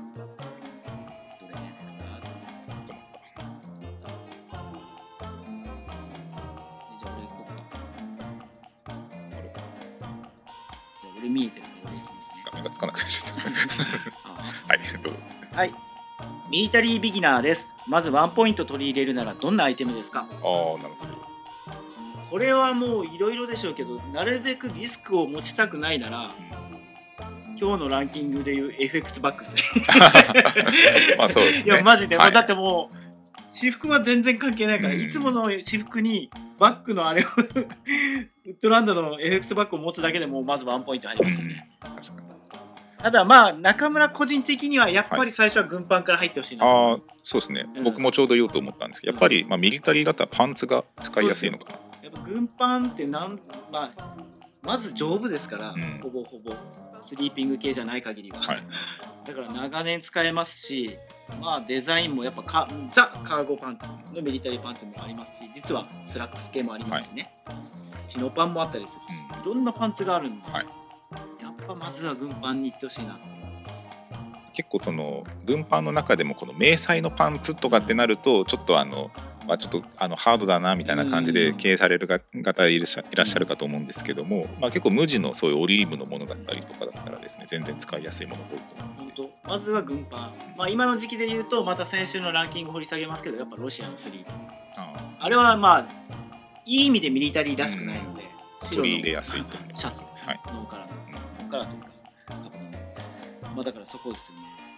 Speaker 4: じゃあ俺行こうか。じゃあ俺見えてるから俺行きますね。
Speaker 3: 画面がつかなくなっちゃったはいどうぞ。
Speaker 4: はい、ミリタリービギナーです。まずワンポイント取り入れるならどんなアイテムですか。
Speaker 3: ああなるほど。
Speaker 4: これはもういろいろでしょうけどなるべくリスクを持ちたくないなら、うん、今日のランキングでいう エフエックス バックス
Speaker 3: まあそうですね。
Speaker 4: いやマジで、はい、だってもう私服は全然関係ないから、うん、いつもの私服にバックのあれをウッドランドの エフエックス バックを持つだけでもうまずワンポイント入りますよね、うん、確かに。ただまあ中村個人的にはやっぱり最初は軍パンから入ってほしいな、
Speaker 3: はい、ああそうですね、うん、僕もちょうど言おうと思ったんですけどやっぱり、まあ、ミリタリーだったらパンツが使いやすいのかな。
Speaker 4: やっぱ軍パンってなん、まあ、まず丈夫ですから、うん、ほぼほぼスリーピング系じゃない限りは、はい、だから長年使えますし、まあ、デザインもやっぱカザ・カーゴパンツのミリタリーパンツもありますし実はスラックス系もありますしね、はい、チノパンもあったりするし、うん、いろんなパンツがあるんで、はい、やっぱまずは軍パンに行ってほしいな。
Speaker 3: 結構その軍パンの中でもこの迷彩のパンツとかってなるとちょっとあのまあ、ちょっとあのハードだなみたいな感じで経営される方いらっしゃるかと思うんですけども、まあ、結構無地のそういうオリーブのものだったりとかだったらですね全然使いやすいものが多いと思うので。
Speaker 4: 本当まずは軍パン、まあ、今の時期で言うとまた先週のランキング掘り下げますけどやっぱロシアのスリーブ あ, あれはまあいい意味でミリタリーらしくないので、
Speaker 3: うん、白の取り入れやすいと思います。
Speaker 4: シャツ、はい、ノーカラーのノーカラーというか、まあ、だからそこですよね。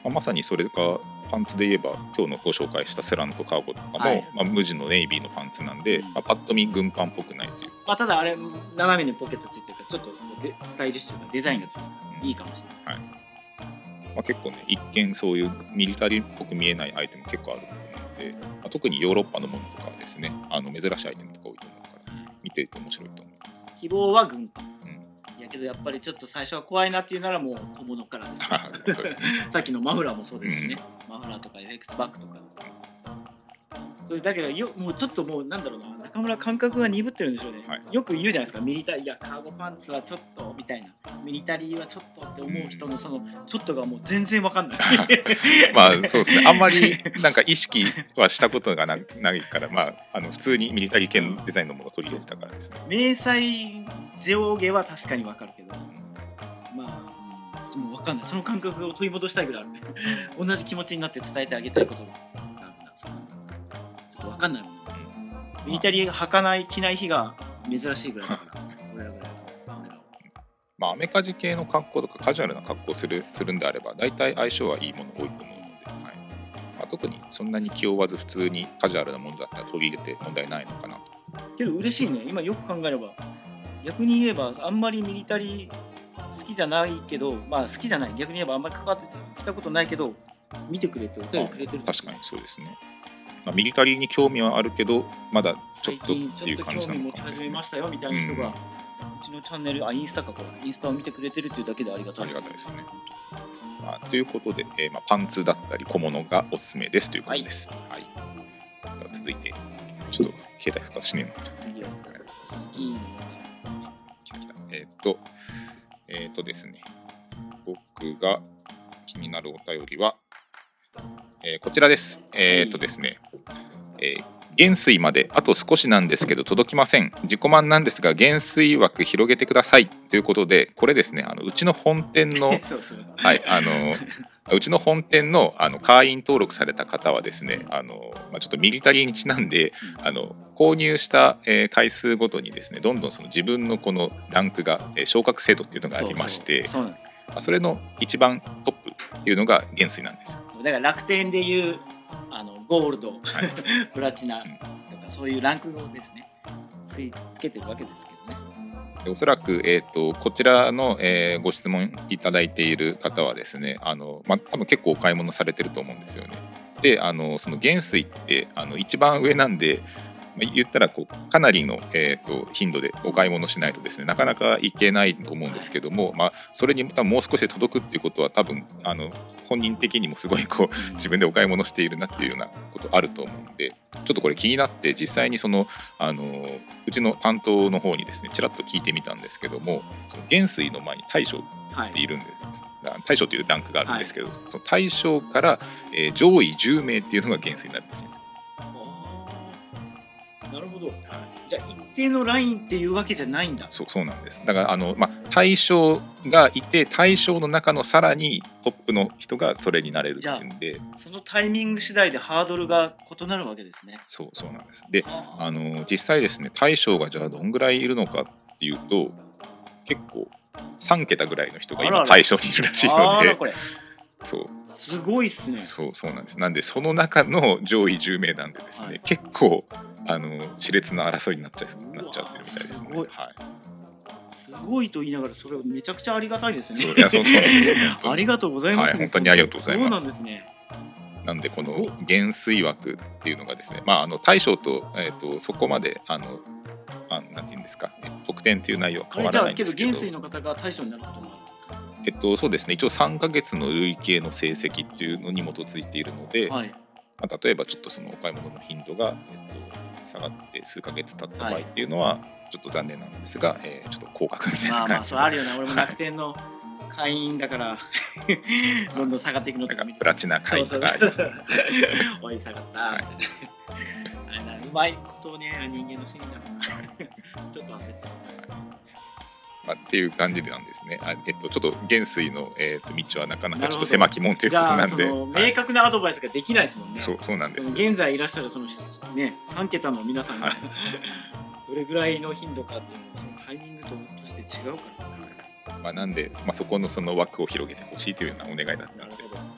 Speaker 3: あ、まさにそれかパンツで言えば今日のご紹介したセラントカーゴとかも、はい、まあ、無地のネイビーのパンツなんで、うん、まあ、パッと見軍パンっぽくないという、
Speaker 4: まあ、ただあれ斜めにポケットついてるからちょっとスタイリッシュというかデザインがついてるから、うん、いいかもしれない、はい、
Speaker 3: まあ、結構ね一見そういうミリタリーっぽく見えないアイテム結構あると思うので、まあ、特にヨーロッパのものとかはですね、あの珍しいアイテムとか多いと思うから見てると面白いと思います。
Speaker 4: 希望は軍パン、うん、やけどやっぱりちょっと最初は怖いなっていうならもう小物からですねそうですねさっきのマフラーもそうですしね、うん、マフラーとかエフェクトバッグとか、それだけどよもうちょっともうなんだろうな、中村感覚が鈍ってるんでしょうね、はい、よく言うじゃないですか、ミリタリー、いやカーゴパンツはちょっとみたいな、ミリタリーはちょっとって思う人のそのちょっとがもう全然わかんない
Speaker 3: まあそうですね、あんまりなんか意識はしたことが な, ないから、まあ、あの普通にミリタリー系のデザインのものを取り入れてたからですね。
Speaker 4: 迷彩上下は確かにわかるけど、まあもうわかんない、その感覚を取り戻したいぐらいある同じ気持ちになって伝えてあげたいことがちょっとわかんないもん。ミリタリー履かない着ない日が珍しいぐらいだから
Speaker 3: まあ、アメカジ系の格好とかカジュアルな格好をするするんであれば大体相性はいいもの多いと思うので、はい、まあ、特にそんなに気負わず普通にカジュアルなものだったら取り入れて問題ないのかなと。
Speaker 4: けど嬉しいね、今よく考えれば逆に言えばあんまりミリタリー好きじゃないけど、まあ好きじゃない、逆に言えばあんまり関わってきたことないけど見てくれてお便りくれてる、
Speaker 3: 確かにそうですね。まあ、ミリタリーに興味はあるけどまだちょっとっていう感じなのかもですね。最近ちょっと興味持ち始めましたよみたいな人が、うん、うちのチャンネル、あ、インスタかこれインスタを見てくれてるっていうだけでありがたいですね。ありがたいですね。まあ、ということで、えーまあ、パンツだったり小物がおすすめですということです。はい。はい、では続いてちょっと携帯復活しねえのか。次は次の来た来た。えっ、ー、とえっ、ー、とですね。僕が気になるお便りは、えー、こちらです。えっ、ー、とですね。えー元帥まであと少しなんですけど届きません。自己満なんですが元帥枠広げてくださいということで、これですね、あのうちの本店の
Speaker 4: そうそう、
Speaker 3: はい、あのうちの本店のあの会員登録された方はですね、あの、まあ、ちょっとミリタリーにちなんであの購入した、えー、回数ごとにですね、どんどんその自分のこのランクが、えー、昇格制度っていうのがありまして、そうそう、そうなんです。まあ、それの一番トップっていうのが元帥なんですよ。
Speaker 4: だから楽天でいうあのゴールド、はい、プラチナとかそういうランクをですねつけてるわけですけどね。
Speaker 3: おそらく、えー、とこちらの、えー、ご質問いただいている方はですね、あの、まあ、多分結構お買い物されてると思うんですよね。で、あのその元帥ってあの一番上なんで、言ったらこうかなりの、えー、と頻度でお買い物しないとですね、なかなかいけないと思うんですけども、まあ、それに多分もう少しで届くっていうことは多分あの本人的にもすごいこう自分でお買い物しているなっていうようなことあると思うんで、ちょっとこれ気になって実際にそのあのうちの担当の方にですねちらっと聞いてみたんですけども、その元帥の前に大将っているんです、はい、大将というランクがあるんですけど、はい、その大将から、えー、上位じゅう名っていうのが元帥になるらしいんです。
Speaker 4: なるほど、はい、じゃあ一定のラインっていうわけじゃないんだ。
Speaker 3: そう、そうなんです。だからあの、まあ、大将がいて大将の中のさらにトップの人がそれになれるっていうんで、
Speaker 4: そのタイミング次第でハードルが異なるわけですね。
Speaker 3: そう、そうなんです。で、あの実際ですね、大将がじゃあどんぐらいいるのかっていうと結構さん桁ぐらいの人が今大将にいるらしいので、あらこれそう
Speaker 4: すごいっすね。
Speaker 3: そう、そうなんです。なんでその中の上位じゅう名なんでですね、はい、結構あの熾烈な争いになっちゃいなっちゃってるみたいですね。すごい、はい、
Speaker 4: すごいと言いながらそれはめちゃくちゃありがたいですね。
Speaker 3: そう、いや、そう、そうなんですよ。
Speaker 4: ありがとうございます、ね。
Speaker 3: はい、本当にありがとうございます。
Speaker 4: そうなんですね。
Speaker 3: なんでこの元帥枠っていうのがですね、まああの大将と、えー、とそこまであのあなんていうんですか、得点っていう内容は変わらないんですけど。
Speaker 4: じゃあけど元帥の方が大将になることもある。
Speaker 3: えっとそうですね。一応さんかげつの累計の成績っていうのに基づいているので、はい、まあ、例えばちょっとそのお買い物の頻度が、えっと下がって数ヶ月経った場合っていうのはちょっと残念なんですが、はい、えー、ちょっと降格みたいな感じで、まあまあ
Speaker 4: そうあるよね。俺も楽天の会員だからどんどん下がっていくのとか見て、
Speaker 3: プラチナ会員とかありますね。
Speaker 4: おい下がったみたいな、はい、あれな、うまいことをね人間の心理だからちょっと焦ってしまう。
Speaker 3: まあ、っていう感じなんですね。あ、えっと、ちょっと元帥の、えー、と道はなかなかちょっと狭き門ということなんで、
Speaker 4: その明確なアドバイスができないですもんね。
Speaker 3: はい、そう、そうなんです。
Speaker 4: 現在いらっしゃるその、ね、さん桁の皆さんが、はい、どれぐらいの頻度かっていうのはそのタイミングとして違うから、
Speaker 3: はい、まあ、なんで、まあ、そこのその枠を広げてほしいというようなお願いだったので、はい、ま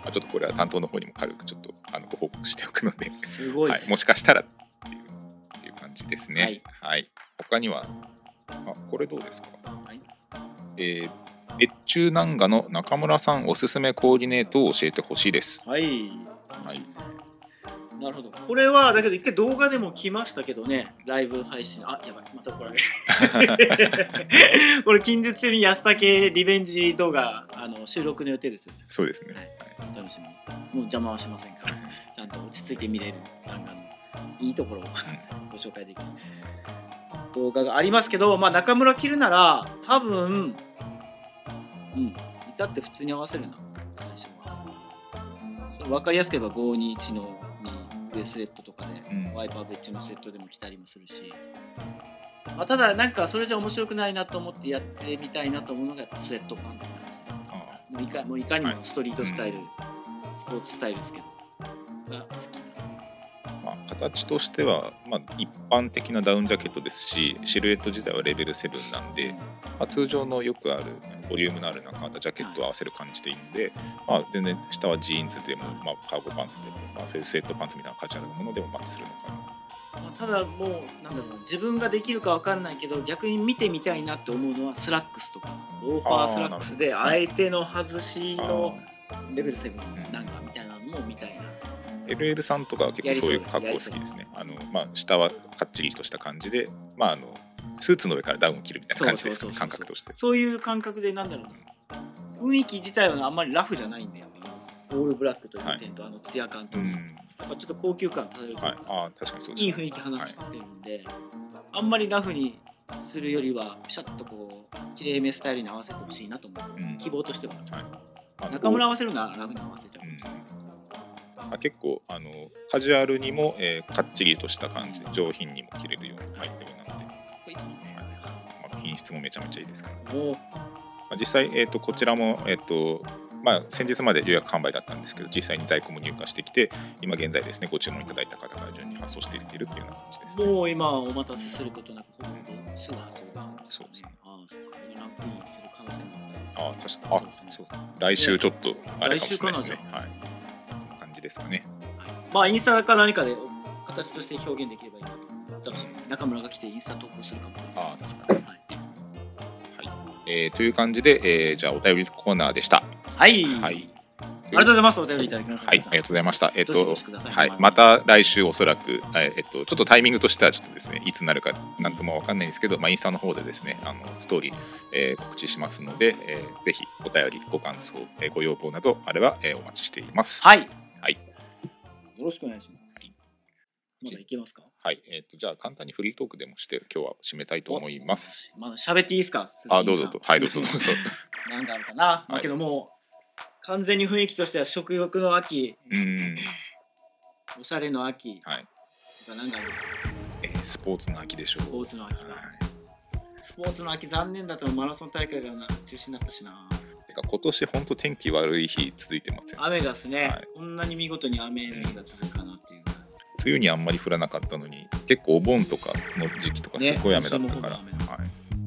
Speaker 3: あ、ちょっとこれは担当の方にも軽くちょっとあのご報告しておくので、
Speaker 4: すごいです、
Speaker 3: はい、もしかしたらっていう、っていう感じですね。
Speaker 4: はい、
Speaker 3: はい、他にはあこれどうですか、
Speaker 4: はい、
Speaker 3: えー、越中南画の中村さんおすすめコーディネートを教えてほしいです。
Speaker 4: はい、
Speaker 3: はい、
Speaker 4: なるほど。これはだけど一回動画でも来ましたけどね、ライブ配信。あ、やばい、また怒られる。これ近日中に安武リベンジ動画あの収録の予定ですよね。
Speaker 3: そうですね。
Speaker 4: はい、楽しみに。もう邪魔はしませんから、ちゃんと落ち着いて見れる漫画のいいところをご紹介できる動画がありますけど、まあ中村着るなら多分、うん、至って普通に合わせるな最初は。それ分かりやすく言えばごにいちのにスウェットとかで、うん、ワイパーベッジのスウェットでも着たりもするし、まあ、ただなんかそれじゃ面白くないなと思ってやってみたいなと思うのがやっぱスウェットパンツなんですね。もういか、もういかにもストリートスタイル、はい、スポーツスタイルですけどが好きな、
Speaker 3: まあ、形としては、まあ、一般的なダウンジャケットですし、シルエット自体はレベルセブンなんで、まあ、通常のよくあるボリュームのある中ジャケットを合わせる感じでいいんで、はい、まあ、全然下はジーンズでも、まあ、カーゴパンツでも、まあ、そういうスウェットパンツみたいなカジュアルなものでもマッチするのかな。
Speaker 4: まあ、ただもうなんだろう、自分ができるか分かんないけど逆に見てみたいなって思うのはスラックスとかローファースラックスで相手の外しのレベルセブンなんかみたいなのも見たいな。
Speaker 3: エルエル さんとかは結構そういう格好好きですね。あの、まあ、下はかっちりとした感じで、まあ、あのスーツの上からダウンを着るみたいな感じですね、感覚として。
Speaker 4: そういう感覚でなんだろうな、雰囲気自体はあんまりラフじゃないんだよ。オールブラックという点と、はい、あのツヤ感と、うん、やっぱちょっと高級感漂う、はい、
Speaker 3: あ確かにそうです、ね、
Speaker 4: いい雰囲気放ってるんで、はい、あんまりラフにするよりはピシャッとこうきれいめスタイルに合わせてほしいなと思う、うん、希望としては、はい、中村合わせるならラフに合わせちゃうんです、
Speaker 3: うん、あ結構あのカジュアルにも、えー、かっちりとした感じで上品にも着れるようなアイテムなので、かっこいいですもんね、はい、まあ、品質もめちゃめちゃいいですから、ね、まあ、実際、えー、とこちらも、えーとまあ、先日まで予約販売だったんですけど、実際に在庫も入荷してきて、今現在ですねご注文いただいた方から順に発送しているというような感じです、ね、
Speaker 4: もう今お待たせすることなくほぼすぐ発送できてます、ね、
Speaker 3: そうですね。
Speaker 4: ああ、そっか、ランクインする可能性も
Speaker 3: ああ、確かに、あ、そう、来週ちょっとあれかもしれないですね。はい、そんな感じですかね。
Speaker 4: はい、まあインスタか何かで形として表現できればいいなと。楽しみ。中村が来てインスタ投稿するかもしれないです。
Speaker 3: ああ、確かに。はい、いいですね。はい、えー、という感じで、えー、じゃあお便りコーナーでした。
Speaker 4: はい。
Speaker 3: はい。
Speaker 4: ありがとうございます。お便りいただきました。
Speaker 3: はい、ありがとうございました。えっと、
Speaker 4: どうしどうし
Speaker 3: はい、また来週おそらく、えっと、ちょっとタイミングとしてはちょっとですね、いつになるかなんともわかんないんですけど、まあ、インスタの方でですね、あのストーリー、えー、告知しますので、えー、ぜひお便り、ご感想、えー、ご要望などあれば、えー、お待ちしています。
Speaker 4: はい。
Speaker 3: はい。
Speaker 4: よろしくお願いします。まだいけますか？
Speaker 3: はい。えっと、じゃあ簡単にフリートークでもして今日は締めたいと思います。
Speaker 4: まだ喋っていいですか？
Speaker 3: あ、どうぞと。はい、どうぞどうぞ。
Speaker 4: なんかあるかな。はい、まあけどもう完全に雰囲気としては食欲の秋、うん、おしゃれの秋、
Speaker 3: はい、
Speaker 4: なんかある、
Speaker 3: えー、スポーツの秋でしょう。
Speaker 4: スポーツの秋か、はい、スポーツの秋残念だったらマラソン大会がな中止になったしな。
Speaker 3: てか今年本当天気悪い日続いてますよね。
Speaker 4: 雨がですね、はい、こんなに見事に雨の日が続くかなっていう。
Speaker 3: 梅雨にあんまり降らなかったのに結構お盆とかの時期とかすごい雨だったから、ね、はい、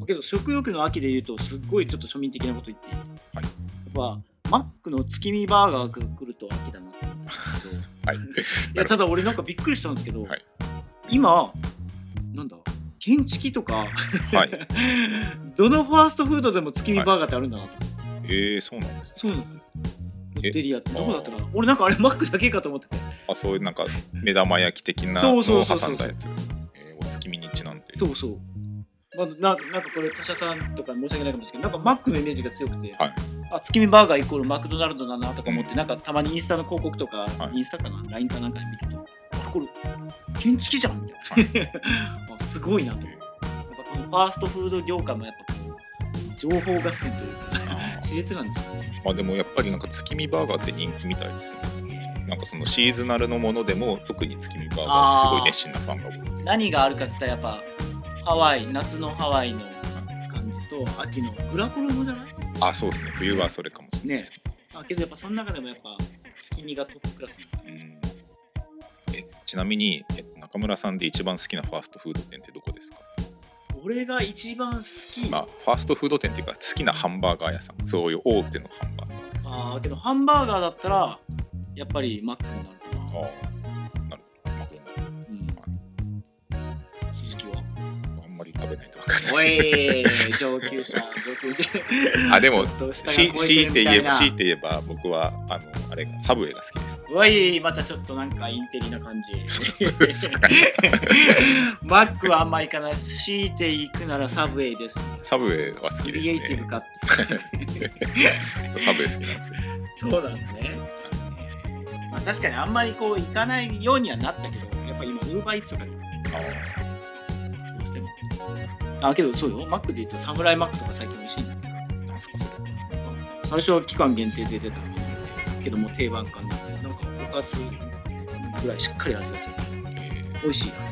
Speaker 4: けど食欲の秋でいうとすっごいちょっと庶民的なこと言っていいですか？はい、やっぱマックの月見バーガーが来ると秋だなって思ったんですけど、はい、いやただ俺なんかびっくりしたんですけど、はい、今なんだケンチキとか、はい、どのファーストフードでも月見バーガーってあるんだなと思って、
Speaker 3: はい、えー、そうなんですね。
Speaker 4: そうなんですよ。ロッテリアってどこだったかな。俺なんかあれマックだけかと思ってて、
Speaker 3: あ、そういうなんか目玉焼き的なのを挟んだやつ、えー、お月見にちなんて。
Speaker 4: そうそう、まあ、な, なんかこれ他社さんとか申し訳ないかもしれないけど、なんかマックのイメージが強くて、はい、あ月見バーガーイコールマクドナルドだなとか思って、うん、なんかたまにインスタの広告とか、はい、インスタかな ライン かなんかで見ると、これケンチキじゃんみたいな、はい、すごいなと。やっぱこのファーストフード業界もやっぱこう情報合戦というか熾烈なんですよね。
Speaker 3: まあでもやっぱりなんか月見バーガーって人気みたいですよね。なんかそのシーズナルのものでも特に月見バーガーってすごい熱心なファンが多くて、
Speaker 4: 何があるかって言ったらやっぱハワイ、夏のハワイの感じと秋のグラコロもじゃない？
Speaker 3: あ、そうですね。冬はそれかもしれないですね。
Speaker 4: ね、あけどやっぱその中でもやっぱ月見がトップクラスなんだ、うん、
Speaker 3: えちなみにえ中村さんで一番好きなファーストフード店ってどこですか？
Speaker 4: 俺が一番好き、
Speaker 3: まあ、ファーストフード店っていうか好きなハンバーガー屋さん、そういう大手のハンバーガー、
Speaker 4: ああけどハンバーガーだったらやっぱりマックになるかな。
Speaker 3: ああ、なるほど。マックになる。
Speaker 4: うん。鈴木は
Speaker 3: あんまり食べないと分かんない。
Speaker 4: おい上級者上級者。
Speaker 3: あでも強いて言えば強いて言えば僕はあのあれサブウェイが好きです。
Speaker 4: おいまたちょっとなんかインテリな感じ。
Speaker 3: そうですか。
Speaker 4: マックはあんま行かない。強いて行くならサブウェイです。
Speaker 3: サブウェイは好きですね。
Speaker 4: クリエイティブか。
Speaker 3: そうサブウェイ好きなんですよ。
Speaker 4: そうなんですね。まあ、確かにあんまりこう行かないようにはなったけど、やっぱり今ウーバーイーツとかでどうしても。あけどそうよ。マックで言うとサムライマックとか最近美味しいんだけど。
Speaker 3: なんすかそれ。
Speaker 4: 最初は期間限定で出たけども定番化になってなんかおかずぐらいしっかり味がついて、えー、美味しいな。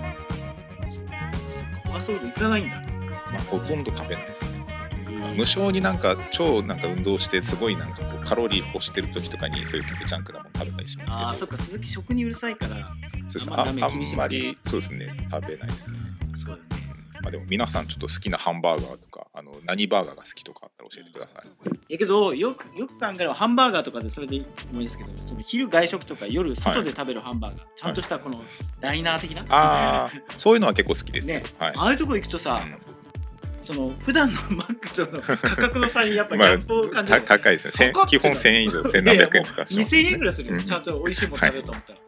Speaker 4: ファーストフード行かないんだ。
Speaker 3: まあほとんど食べないですね。無性になんか超なんか運動してすごいなんかこうカロリー欲してる時とかにそういうジャンクなもの食べたりしますけど。
Speaker 4: ああそっか鈴木食にうるさいから
Speaker 3: そうですあ, あんまりそうですね食べないですね。
Speaker 4: そうよね。
Speaker 3: まあでも皆さんちょっと好きなハンバーガーとかあの何バーガーが好きとかあったら教えてください。
Speaker 4: いやけどよくよく考えればハンバーガーとかでそれで思いですけどその昼外食とか夜外で食べるハンバーガー、はい、ちゃんとしたこのダイナー的な、はい、
Speaker 3: あそういうのは結構好きですよ、
Speaker 4: ね
Speaker 3: はい、
Speaker 4: ああいうとこ行くとさ、うんその普段のマックとの価格の差にやっぱりギャップを感じる、
Speaker 3: まあ、高いですね基本せんえん以上せんなんびゃくえんとか
Speaker 4: にせんえんぐらいするよ、うん、ちゃんと美味しいもの食べようと思ったら、はい、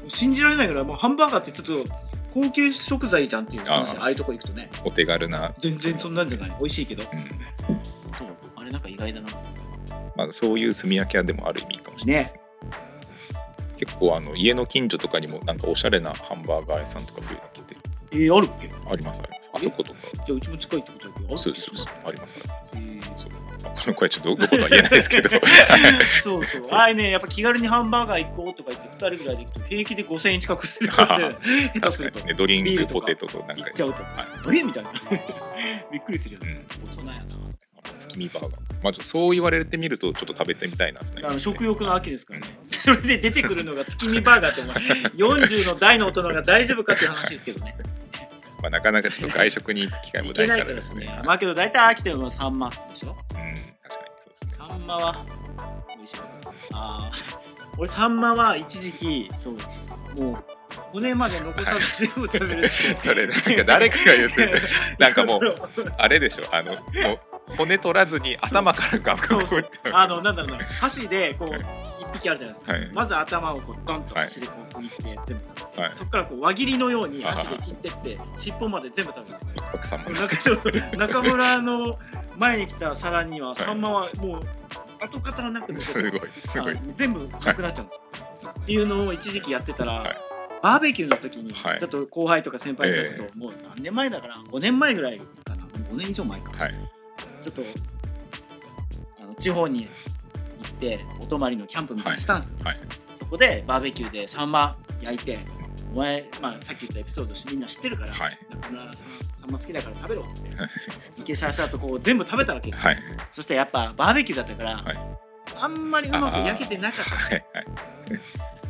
Speaker 4: 信じられないぐらいもうハンバーガーってちょっと高級食材じゃんっていう話。 あ, ああいうとこ行くとね
Speaker 3: お手軽な
Speaker 4: 全然そんなんじゃない美味しいけど、うん、そうあれなんか意外だな、
Speaker 3: まあ、そういう炭焼き屋でもある意味かもしれないですね。結構あの家の近所とかにもなんかおしゃれなハンバーガー屋さんとか増えてきて
Speaker 4: えー、あるっけ？
Speaker 3: ありますあります。あそことか。
Speaker 4: じゃあうちも近いってことだけど、あるっけ？
Speaker 3: そうそうそうありますあります。えー、そうこの声ちょっとどことは言えないですけど。
Speaker 4: そうそう。あれねやっぱ気軽にハンバーガー行こうとか言ってふたりぐらいで行くと平気でごせんえん近くするからね。
Speaker 3: 下手するとねドリンクポテトとなんか
Speaker 4: 行っちゃうと、はい、えみたいな。びっくりするよね。うん、大人やな。
Speaker 3: 月見バーガー。まあそう言われてみるとちょっと食べてみたいなってなりますね。
Speaker 4: 食欲の秋ですからね。それで出てくるのが月見バーガーってお前よんじゅうの大の大人が大丈夫かっていう話ですけどね。
Speaker 3: まあ、なかなかちょっと外食に行く機会もないからですね。
Speaker 4: まあけど大体秋というのはサンマでしょ。うん、
Speaker 3: 確かにそうですね。
Speaker 4: サンマは美味しいこと。ああ、俺サンマは一時期そうもう骨まで残さず全部食べるって。
Speaker 3: それなんか誰かが言ってるなんかもうあれでしょあのもう骨取らずに頭からガブガブって。
Speaker 4: あのなんだろうな箸でこう一匹あるじゃないですか、はい、まず頭をこうドンと箸でこう握って全部食べて、はい、そこからこう輪切りのように箸で切ってって尻尾まで全部食べて中村の前に来た皿にはサンマはもう跡形がなくて
Speaker 3: すごいすごい
Speaker 4: 全部なくなっちゃうんですよ、はい、っていうのを一時期やってたら、はい、バーベキューの時にちょっと後輩とか先輩たちと、はい、もう何年前だからごねんまえぐらいかなごねん以上前か、はい、ちょっとあの地方に行ってお泊まりのキャンプみたいなのしたんですよ、はいはい、そこでバーベキューでサンマ焼いてお前、まあ、さっき言ったエピソードみんな知ってるから、はい、中村さんサンマ好きだから食べろっつって池シャーシャーとこう全部食べたわけ、はい、そしてやっぱバーベキューだったから、はい、あんまりうまく焼けてなかった、はいはい、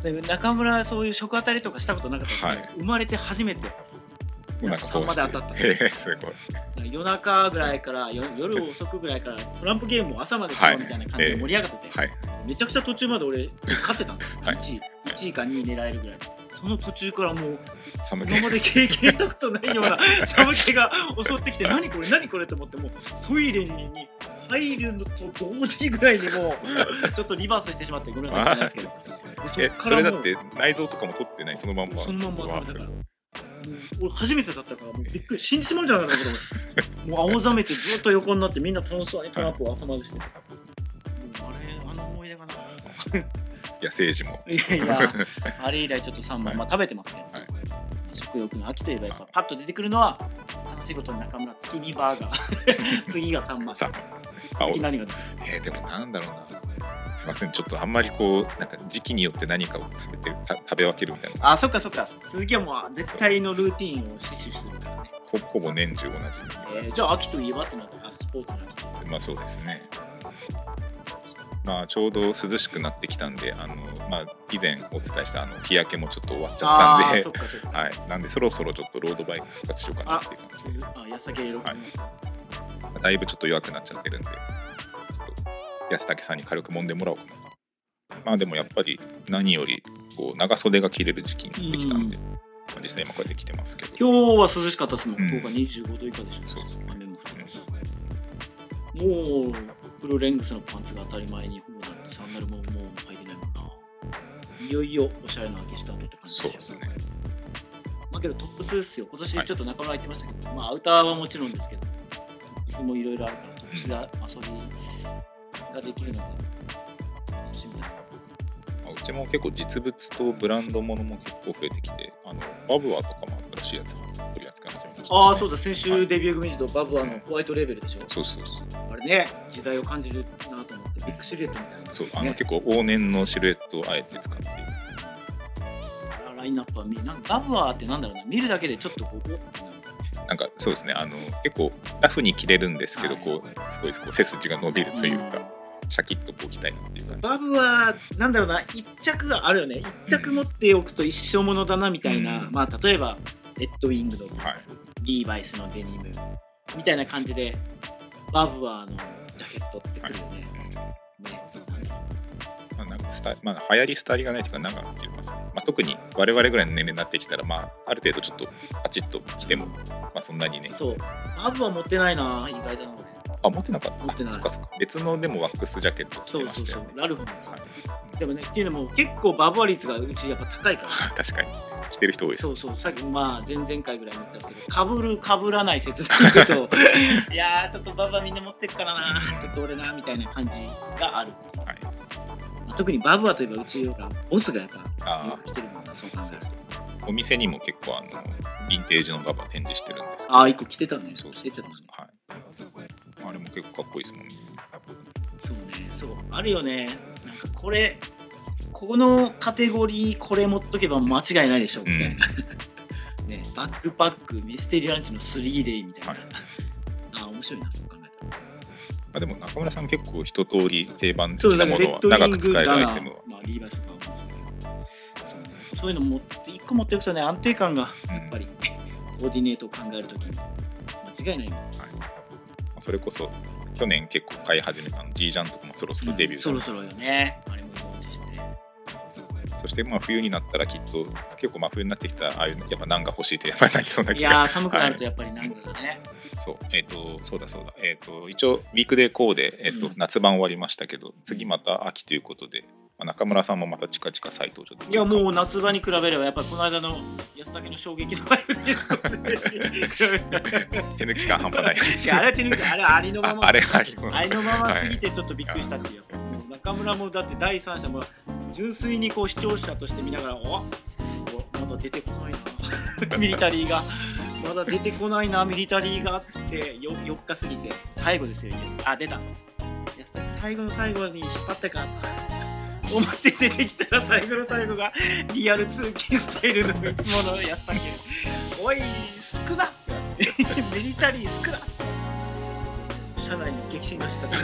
Speaker 4: で中村そういう食当たりとかしたことなかったんですけど、はい、生まれて初めてサンマで当たった
Speaker 3: すご
Speaker 4: い夜中ぐらいから夜遅くぐらいからトランプゲームを朝までしようみたいな感じで盛り上がってて、はいえーはい、めちゃくちゃ途中まで俺勝ってたんですよ、はい、いちいいちいかにい狙えるぐらいその途中からもう今まで経験したことないような寒気が襲ってきて何これ何これと思ってもうトイレに入るのと同時ぐらいにもうちょっとリバースしてしまってごめんなさいなんですけど
Speaker 3: そ, えそれだって内臓とかも取ってないそのまんま
Speaker 4: そのまんまだから俺初めてだったからもうびっくり死んでしまうんじゃないかなこれもう青ざめてずっと横になってみんな楽しそうにトランプを朝までしてた、はい、あれあの思い出がな
Speaker 3: 野生児も
Speaker 4: いやいやあれ以来ちょっとサンマ、はい、まあ食べてますけど、はい、食欲の秋といえばやっぱパッと出てくるのは悲しいことに中村月見バーガー次がサンマ
Speaker 3: さ
Speaker 4: 次何が出てくる
Speaker 3: えー、でもなんだろうなすいませんちょっとあんまりこうなんか時期によって何かを食べてる食べ分けるみたいな
Speaker 4: あそっかそっか鈴木はもう絶対のルーティーンを死守してるからね
Speaker 3: ほ, ほぼ年中同じ、
Speaker 4: えー、じゃあ秋といえばってなったらスポーツの秋
Speaker 3: まあそうですねまあちょうど涼しくなってきたんであの、まあ、以前お伝えしたあの日焼けもちょっと終わっちゃったんで
Speaker 4: そっかそっか、
Speaker 3: はい、なんでそろそろちょっとロードバイク復活しようかなっていう感じで
Speaker 4: あ安田系喜びました、
Speaker 3: はい、だいぶちょっと弱くなっちゃってるんでちょっと安武さんに軽く揉んでもらおうかなと。まあでもやっぱり何よりこう長袖が着れる時期になってきたんで、うん、まあ、実際今こうやって着てますけど、
Speaker 4: 今日は涼しかったですもん、うん、福岡にじゅうごど以下でしょ。そうですね、雨も降ってます、うん、もうフルレングスのパンツが当たり前にほぼなってサンダルももう履いてないもんな。いよいよおしゃれな秋スタートって感じでしょ。そうですね。まあけどトップスですよ。今年ちょっと中村言ってましたけど、はい、まあアウターはもちろんですけど、トップスもいろいろあるからトップスが遊びができるのが楽しみだな。
Speaker 3: うちも結構実物とブランドものも結構増えてきて、あのバブアとかも新しいやつが取り扱い始めました、ね。あ
Speaker 4: あ、そうだ、先週デビュー組見るとバブアのホワイトレーベルでしょ。
Speaker 3: そうそうそう。
Speaker 4: あれね、時代を感じるなと思って、ビッグシルエットみたいな、ね。
Speaker 3: そう、あの結構往年のシルエットをあえて使っている。
Speaker 4: ラインナップは見なんかバブアってなんだろうな、見るだけでちょっとこう
Speaker 3: なんかそうですね、あの結構ラフに着れるんですけど、はい、こうすごいこう背筋が伸びるというか。うん、シャキッとこう着たいなっていう感じ。
Speaker 4: バブはなんだろうな、一着があるよね。一着持っておくと一生ものだなみたいな、うん、まあ例えばレッドウィングの、はい、リーバイスのデニムみたいな感じでバブアのジャケットってくるよね。はい、ね、
Speaker 3: まあ、なんかスタまあ流行り廃りがないというか長く着れますね。まあ、特に我々ぐらいの年齢になってきたら、まあある程度ちょっとパチッと着ても、まあそんなにね。
Speaker 4: そう。バブは持ってないな、意外だな。
Speaker 3: あ、持ってなかった。持ってない。そっかそっか。別のでもワックスジャケット着てましたよね。そうそうそう。
Speaker 4: ラルフの、はい、でもね、っていうのも結構バブア率がうちやっぱ高いから。
Speaker 3: 確かに。着てる人多いです。
Speaker 4: そうそう。さっきまあ前々回ぐらいに言ったんですけど、かぶるかぶらない説で言うと、いやーちょっとバブアみんな持ってるからな、ちょっと俺なみたいな感じがある。はい。まあ、特にバブアといえばうちがボスがやっぱよく着てるもんな、そう考えると。
Speaker 3: お店にも結構あのヴィンテージのバブア展示してるんですけ
Speaker 4: ど。ああ、一個着てたね。そう着てたね。
Speaker 3: はい。あれも結構かっこいいですもんね。
Speaker 4: そうね、そうあるよね。なんかこれこのカテゴリーこれ持っとけば間違いないでしょみたいな、うん、ね、バックパックミステリーランチのスリーデイみたいな、はい、あ面白いなそう考えたら。
Speaker 3: あでも中村さん結構一通り定番的なものは長く使えるアイテムは、まあ、リーバイスとかも
Speaker 4: そう、ね、そういうの持っていっこ持っていくとね、安定感がやっぱり、うん、コーディネートを考えるときに間違いないよ、はい。
Speaker 3: それこそ去年結構買い始めたの G ジャンとかもそろそろデビュー、うん、
Speaker 4: そろそろよね。あれもいいですね。
Speaker 3: そしてまあ冬になったらきっと結構まあ冬になってきたああいうやっぱナンが欲しいってやっぱりなりそうな気が。
Speaker 4: いやー寒くなるとやっぱりナンがね、はい、
Speaker 3: そうえっ、ー、とそうだそうだえっ、ー、と一応ウィークデーコーでえっ、ー、と、うん、夏版終わりましたけど次また秋ということで、まあ、中村さんもまた近々サイトをちょっと。
Speaker 4: いやもう夏場に比べればやっぱりこの間の安武の衝撃のライブで
Speaker 3: 手抜き感半端ないです。
Speaker 4: いやあれは手抜きあれありのまま
Speaker 3: あれありのまま
Speaker 4: ありのまますぎてちょっとびっくりしたっていう、はい、中村もだって第三者も純粋にこう視聴者として見ながらおまだ出てこないなミリタリーがまだ出てこないなミリタリーがっつってよっか過ぎて最後ですよ。あ出た安武最後の最後に引っ張ったかと思って出てきたら最後の最後がリアル通勤スタイルのいつもの安武おい少なミリタリー少な社内に激震がした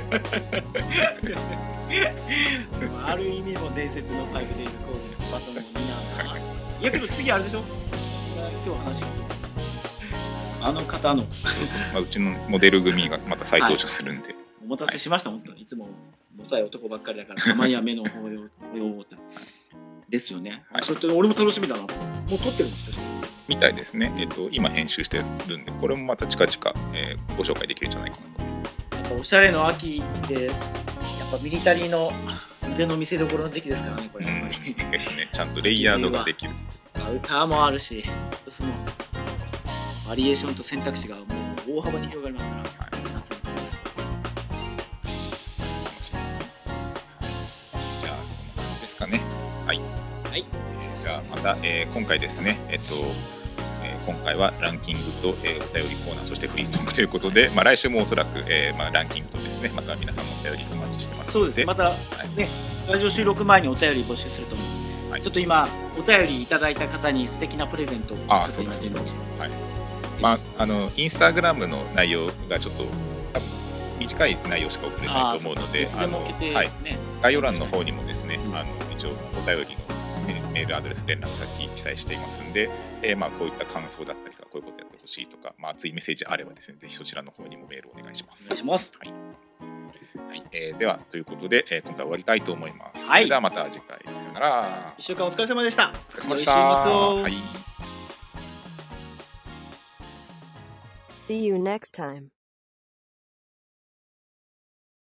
Speaker 4: ある意味も伝説の ファイブデイズ コーデのバトンを担う。いやけど次あれでしょ、今日話聞いてあの方の
Speaker 3: そうそう、まあ、うちのモデル組がまた再登場するんで、はい、
Speaker 4: お待たせしました、はい、本当にいつももさい男ばっかりだからたまには目の保養ってですよね、はい、それって俺も楽しみだな。もう撮ってるんですか
Speaker 3: みたいですね、えっと、今編集してるんでこれもまた近々、えー、ご紹介できるんじゃないかなと。
Speaker 4: やっぱおしゃれの秋でやっぱミリタリーの腕の見せ所の時期ですからねこれやっぱり、
Speaker 3: うん、ですね。ちゃんとレイヤードができる
Speaker 4: アウターもあるしそのバリエーションと選択肢がもう大幅に広がりますから、はい、夏の
Speaker 3: 楽しみですね。じゃあこんな感じですかね。はい、はい、じゃあまた、えー、今回ですねえっと今回はランキングと、えー、お便りコーナーそしてフリートークということで、まあ、来週もおそらく、えーまあ、ランキングとですねまた皆さんのお便りお待ちしてますので。
Speaker 4: そうですね、また、はい、ねラジオ収録前にお便り募集すると思うので、はい、ちょっと今お便りいただいた方に素敵なプレゼントをちょっとやってみましょう。はい、
Speaker 3: まあ、あのインスタグラムの内容がちょっと短い内容しか送れないと思うので、
Speaker 4: あの、ね、
Speaker 3: はい、概要欄の方にもですね、うん、あの一応お便りのメールアドレス連絡先記載していますので、えー、まあこういった感想だったりとかこういうことやってほしいとか、まあ、熱いメッセージあればですねぜひそちらの方にもメールお願いします。
Speaker 4: お願いします。
Speaker 3: はい。 はいえー、ではということで、えー、今回終わりたいと思います。
Speaker 4: はい、
Speaker 3: それではまた次回さよなら。
Speaker 4: いっしゅうかんお疲れ様でした。
Speaker 3: お疲れ様でした。
Speaker 4: 良い週末を。
Speaker 3: はい。
Speaker 2: See you next time.